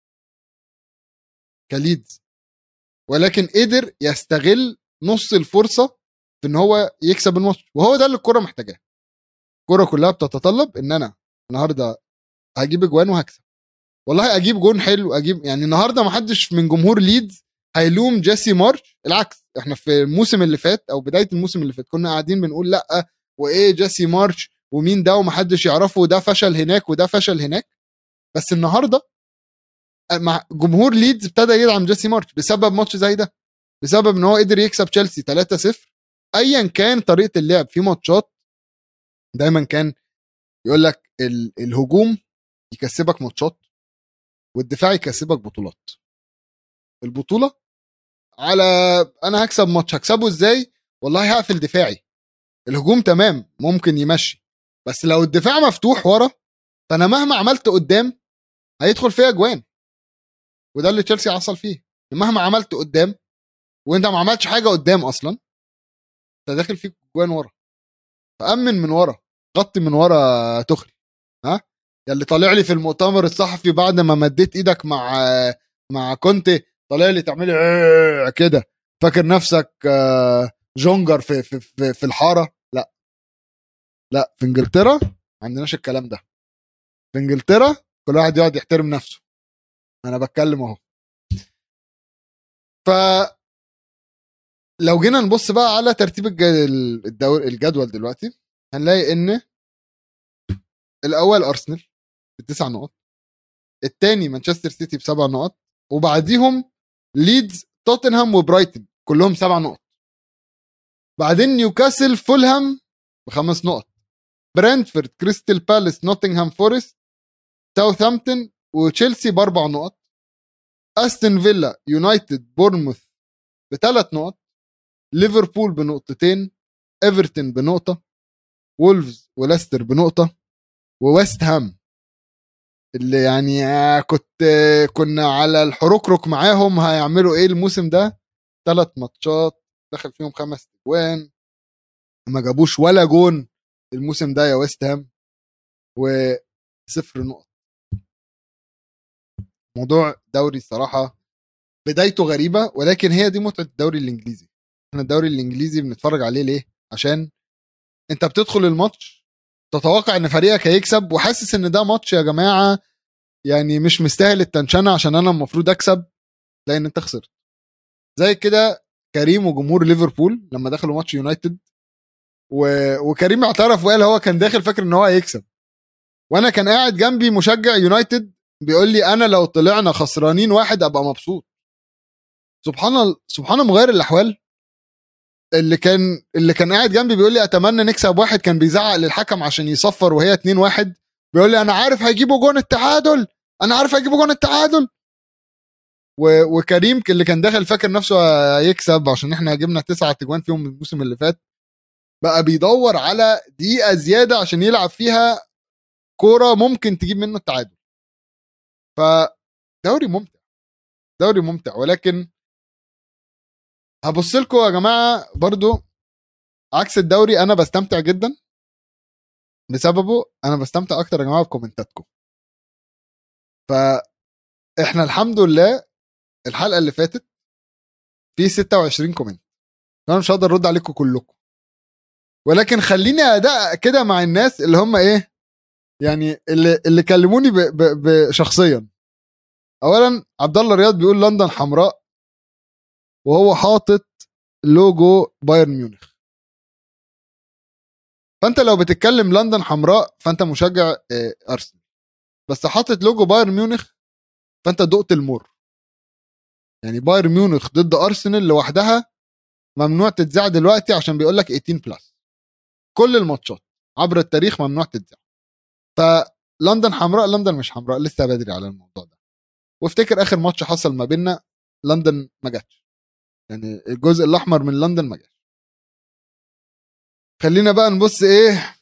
كليدز، ولكن قدر يستغل نص الفرصه في ان هو يكسب الماتش، وهو ده اللي الكره محتاجاه. الكره كلها بتتطلب ان انا النهارده هجيب اجوان وهكسب. والله اجيب جون حلو، اجيب يعني النهارده ما حدش من جمهور ليدز هيلوم جيسي مارش، العكس. احنا في الموسم اللي فات او بدايه الموسم اللي فات كنا قاعدين بنقول لا وايه جيسي مارش ومين ده ومحدش يعرفه، وده فشل هناك وده فشل هناك. بس النهارده مع جمهور ليدز ابتدى يدعم جيسي مارش بسبب ماتش زي ده، بسبب ان هو قدر يكسب تشيلسي 3-0. ايا كان طريقه اللعب في ماتشات دايما كان يقول لك الهجوم يكسبك ماتشات والدفاع يكسبك بطولات. البطوله على انا هكسب ماتش، هكسبه ازاي؟ والله هقفل دفاعي، الهجوم تمام ممكن يمشي، بس لو الدفاع مفتوح ورا فانا مهما عملت قدام هيدخل فيها جوان، وده اللي تشيلسي عصل فيه. مهما عملت قدام وانت ما عملتش حاجه قدام اصلا، انت داخل فيك جوان ورا. فامن من ورا، غطي من ورا تخري. ها يلي طالع لي في المؤتمر الصحفي بعد ما مديت ايدك مع كونتي، طالع لي تعملي كده فاكر نفسك جونجر في الحاره. لا في انجلترا ما عندناش الكلام ده. في انجلترا كل واحد يقعد يحترم نفسه. انا بتكلم اهو. ف لو جينا نبص بقى على ترتيب الجدول دلوقتي، هنلاقي ان الاول ارسنال ب9 نقط، الثاني مانشستر سيتي ب7 نقط، وبعديهم ليدز توتنهام وبرايتن كلهم 7 نقط. بعدين نيوكاسل فولهام ب5 نقط، برنتفورد كريستال بالاس نوتنغهام فورست ساوثهامبتون وتشيلسي ب4 نقط، استون فيلا يونايتد بورنموث ب3 نقط، ليفربول بنقطتين، ايفرتون بنقطه، وولفز وليستر بنقطه، وويست هام اللي يعني كنا على الحركرك معاهم هيعملوا ايه الموسم ده. 3 ماتشات دخل فيهم 5 اجوان، ما جابوش ولا جون الموسم ده يا ويست هام، و0 نقط. موضوع دوري صراحة بدايته غريبة، ولكن هي دي متعة الدوري الانجليزي. احنا الدوري الانجليزي بنتفرج عليه ليه؟ عشان انت بتدخل الماتش تتوقع ان فريقك هيكسب، وحاسس ان ده ماتش يا جماعة يعني مش مستاهل التنشنة عشان انا المفروض اكسب، لان انت خسرت. زي كده كريم وجمهور ليفربول لما دخلوا ماتش يونايتد، وكريم اعترف وقال هو كان داخل فاكر ان هو هيكسب، وانا كان قاعد جنبي مشجع يونايتد بيقول لي انا لو طلعنا خسرانين 1 ابقى مبسوط. سبحان مغير الاحوال. اللي كان قاعد جنبي بيقول لي اتمنى نكسب 1، كان بيزعق للحكم عشان يصفر وهي 2-1، بيقول لي انا عارف هيجيبوا جون التعادل، انا عارف هيجيبوا جون التعادل. وكريم اللي كان داخل فاكر نفسه هيكسب عشان احنا جبنا 9 اجوان فيهم الموسم اللي فات، بقى بيدور على دقيقة زيادة عشان يلعب فيها كورة ممكن تجيب منه التعادل. فدوري ممتع، دوري ممتع. ولكن هبص لكم يا جماعة برضو عكس الدوري، أنا بستمتع جدا بسببه. أنا بستمتع أكتر يا جماعة بكومنتاتكم. فإحنا الحمد لله الحلقة اللي فاتت في 26 كومنت، أنا مش هقدر أرد عليكم كلكم، ولكن خليني أداء كده مع الناس اللي هم إيه يعني اللي كلموني شخصيا. اولا عبد الله رياض بيقول لندن حمراء، وهو حاطط لوجو بايرن ميونخ. فانت لو بتتكلم لندن حمراء فانت مشجع ارسنال، بس حاطط لوجو بايرن ميونخ فانت دقت المر. يعني بايرن ميونخ ضد ارسنال لوحدها ممنوع تتذاع دلوقتي عشان بيقول لك 18+، كل الماتشات عبر التاريخ ممنوع تتذاع. فلندن حمراء، لندن مش حمراء، لسه بدري على الموضوع ده. وافتكر اخر ماتش حصل ما بيننا لندن ما جاتش، يعني الجزء الاحمر من لندن ما جاش. خلينا بقى نبص ايه.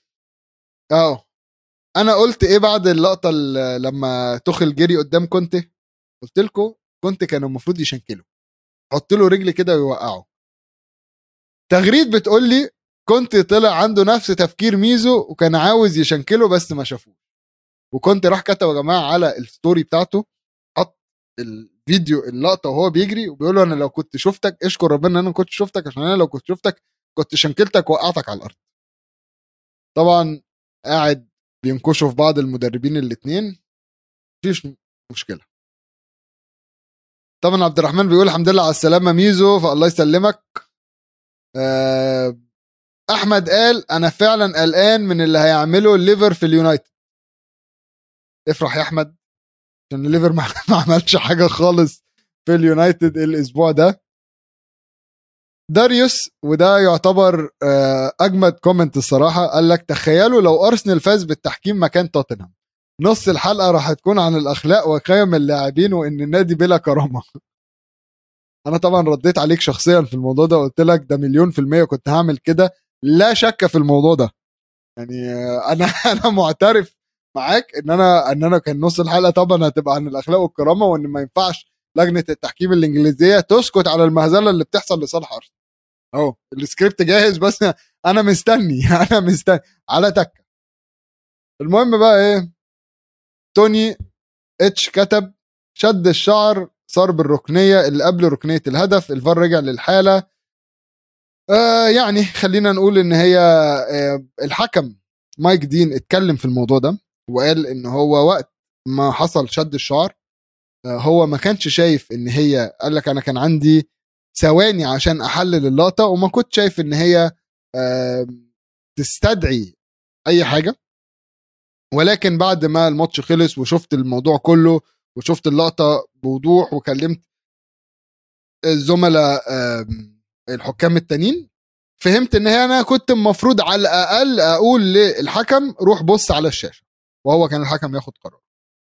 انا قلت ايه بعد اللقطه لما تخل جري قدام كونتي؟ قلت لكم كونتي كان المفروض يشنكله، حط له رجل كده ويوقعه. تغريد بتقول لي كونتي طلع عنده نفس تفكير ميزو وكان عاوز يشنكله بس ما شافوه. وكونتي راح كتب يا جماعه على الستوري بتاعته، حط الفيديو اللقطه وهو بيجري وبيقول له انا لو كنت شفتك اشكر ربنا ان انا كنت شفتك، عشان انا لو كنت شفتك كنت شنكلتك وقعتك على الارض. طبعا قاعد بينكشوا في بعض المدربين الاثنين، مفيش مشكله. طبعا عبد الرحمن بيقول الحمد لله على السلامه ميزو، فالله يسلمك. احمد قال انا فعلا قلقان من اللي هيعمله الليفر في اليونايتد. افرح يا احمد عشان الليفر ما عملش حاجه خالص في اليونايتد الاسبوع ده. داريوس وده يعتبر اجمد كومنت الصراحه، قال لك تخيلوا لو ارسنال فاز بالتحكيم مكان توتنهام، نص الحلقه راح تكون عن الاخلاق وقيم اللاعبين وان النادي بلا كرامه. انا طبعا رديت عليك شخصيا في الموضوع ده، قلت لك ده 1,000,000% كنت هعمل كده، لا شك في الموضوع ده. يعني انا معترف معاك ان انا كان نص الحلقه طبعا هتبقى عن الاخلاق والكرامه، وان ما ينفعش لجنه التحكيم الانجليزيه تسكت على المهزله اللي بتحصل لصالح ارسنال. اهو السكريبت جاهز، بس انا مستني انا مستني على تكه. المهم بقى ايه، توني اتش كتب شد الشعر صار بالركنيه اللي قبل ركنيه الهدف، الفار رجع للحاله. يعني خلينا نقول ان هي الحكم مايك دين اتكلم في الموضوع ده وقال ان هو وقت ما حصل شد الشعر هو ما كانش شايف ان هي، قال لك انا كان عندي ثواني عشان احلل اللقطه وما كنت شايف ان هي تستدعي اي حاجه، ولكن بعد ما الماتش خلص وشفت الموضوع كله وشفت اللقطه بوضوح وكلمت الزملاء الحكام التانيين، فهمت ان هي انا كنت المفروض على الاقل اقول للحكم روح بص على الشاشه، وهو كان الحكم ياخد قرار.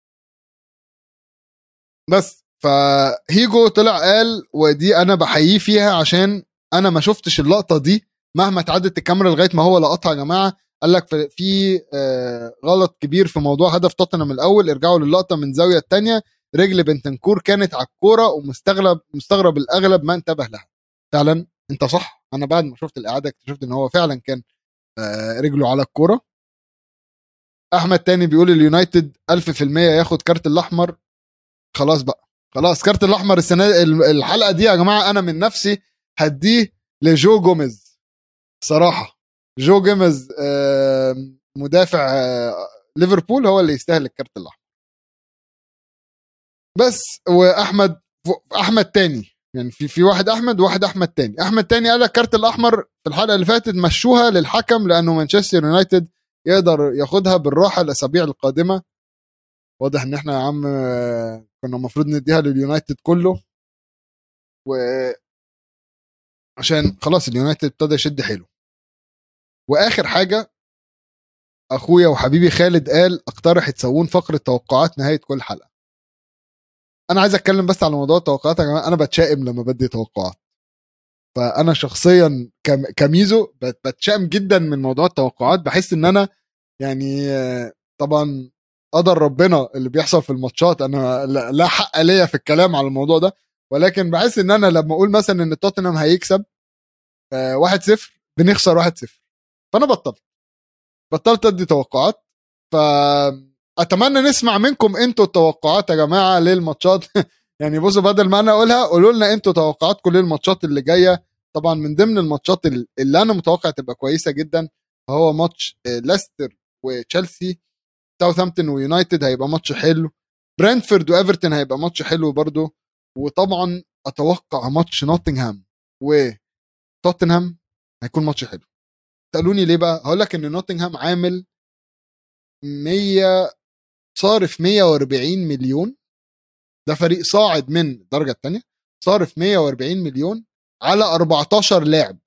بس فهيجو طلع قال، ودي انا بحييه فيها عشان انا ما شفتش اللقطه دي مهما اتعدت الكاميرا لغايه ما هو لقطها. يا جماعه قال لك في غلط كبير في موضوع هدف توتنهام الاول، ارجعوا للقطه من زاويه الثانيه، رجل بنتنكور كانت على الكوره ومستغرب الاغلب ما انتبه لها. فعلا انت صح، انا بعد ما شفت الاعاده اكتشفت ان هو فعلا كان رجله على الكوره. احمد تاني بيقول اليونايتد 1000% ياخد كارت الاحمر. خلاص بقى، خلاص كارت الاحمر السنه الحلقه دي يا جماعه انا من نفسي هديه لجو جوميز صراحه. جو جوميز مدافع ليفربول هو اللي يستاهل الكارت الاحمر. بس احمد تاني، يعني في واحد احمد وواحد احمد تاني. احمد تاني قال لك كارت الاحمر في الحلقه اللي فاتت مشوها للحكم لانه مانشستر يونايتد يقدر ياخدها بالراحه الاسابيع القادمه. واضح ان احنا يا عم كنا المفروض نديها لليونايتد كله، وعشان خلاص اليونايتد ابتدى يشد حيله. واخر حاجه اخويا وحبيبي خالد قال اقترح تسوون فقره توقعات نهايه كل حلقه. انا عايز اتكلم بس على موضوع التوقعات يا جماعه، انا بتشائم لما بدي توقعات. فانا شخصيا كميزو بتشائم جدا من موضوع التوقعات، بحس ان انا يعني طبعا قدر ربنا اللي بيحصل في الماتشات، انا لا حق ليا في الكلام على الموضوع ده، ولكن بحس ان انا لما اقول مثلا ان توتنهام هيكسب 1-0 بنخسر 1-0، فانا بطلت ادي توقعات. فاتمنى نسمع منكم انتوا التوقعات يا جماعه للماتشات يعني بصوا بدل ما انا اقولها قولوا لنا انتوا توقعاتكم للماتشات اللي جايه. طبعا من ضمن الماتشات اللي انا متوقع تبقى كويسه جدا هو ماتش ليستر وتشيلسي، ساوثهامبتون ويونايتد هيبقى ماتش حلو، برنتفورد وايفرتون هيبقى ماتش حلو برضو، وطبعا اتوقع ماتش نوتنغهام وتوتنهام هيكون ماتش حلو. سالوني ليه بقى، هقول لك ان نوتنغهام عامل 100 صارف 140 مليون، ده فريق صاعد من الدرجه الثانيه، صارف 140 مليون على 14 لاعب،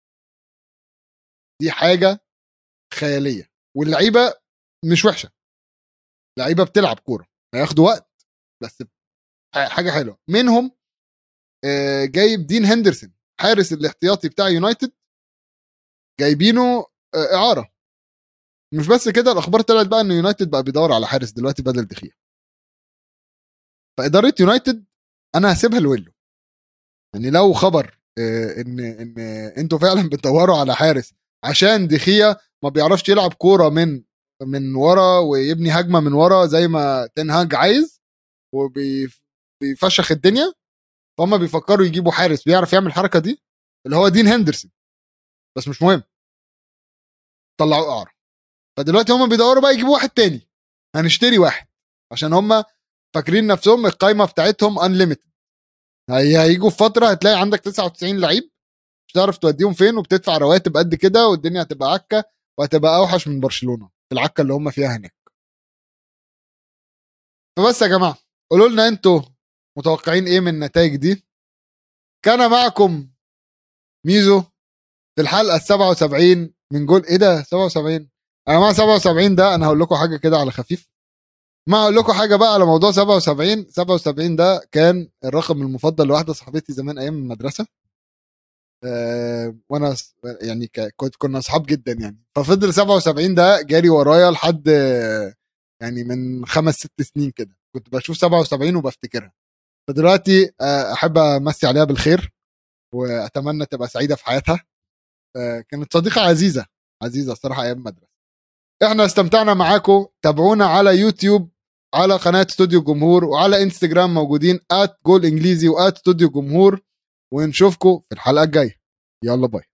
دي حاجه خياليه. واللعيبه مش وحشه، لعيبه بتلعب كوره، هياخدوا وقت بس حاجه حلوه منهم. جايب دين هندرسون حارس الاحتياطي بتاع يونايتد، جايبينه اعاره. مش بس كده، الاخبار طلعت بقى ان يونايتد بقى بيدور على حارس دلوقتي بدل دخيا. فاداره يونايتد انا هسيبها لويلو، يعني لو خبر ان انتوا فعلا بتدوروا على حارس عشان دخيا ما بيعرفش يلعب كوره من ورا ويبني هجمه من ورا زي ما تنهاج عايز وبيفشخ الدنيا، فهم بيفكروا يجيبوا حارس بيعرف يعمل الحركه دي اللي هو دين هندرسون، بس مش مهم طلعوا اعاره. فدلوقتي هم بيدوروا بقى يجيبوا واحد تاني، هنشتري واحد عشان هم فاكرين نفسهم القايمه بتاعتهم انليميتد، هيجوا في فتره هتلاقي عندك 99 لعيب مش هتعرف توديهم فين، وبتدفع رواتب قد كده والدنيا هتبقى عكه، وهتبقى اوحش من برشلونه في العكه اللي هم فيها هناك. فبس يا جماعه قولوا لنا انتوا متوقعين ايه من النتائج دي. كان معكم ميزو في الحلقه 77 من جول ايه ده 77. انا مع 77 ده انا هقول لكم حاجه كده على خفيف، ما اقول لكم حاجه بقى على موضوع 77 ده كان الرقم المفضل لواحده صاحبتي زمان ايام المدرسه. وانا يعني كنا اصحاب جدا يعني، ففضل 77 ده جاري ورايا لحد يعني من 5-6 سنين كده كنت بشوف 77 وبفتكرها. فدلوقتي احب امسي عليها بالخير واتمنى تبقى سعيده في حياتها. كانت صديقه عزيزه الصراحه ايام المدرسه. احنا استمتعنا معاكم. تابعونا على يوتيوب على قناه استوديو جمهور وعلى انستجرام موجودين @جول انجليزي @استوديو جمهور ونشوفكم في الحلقه الجايه. يلا باي.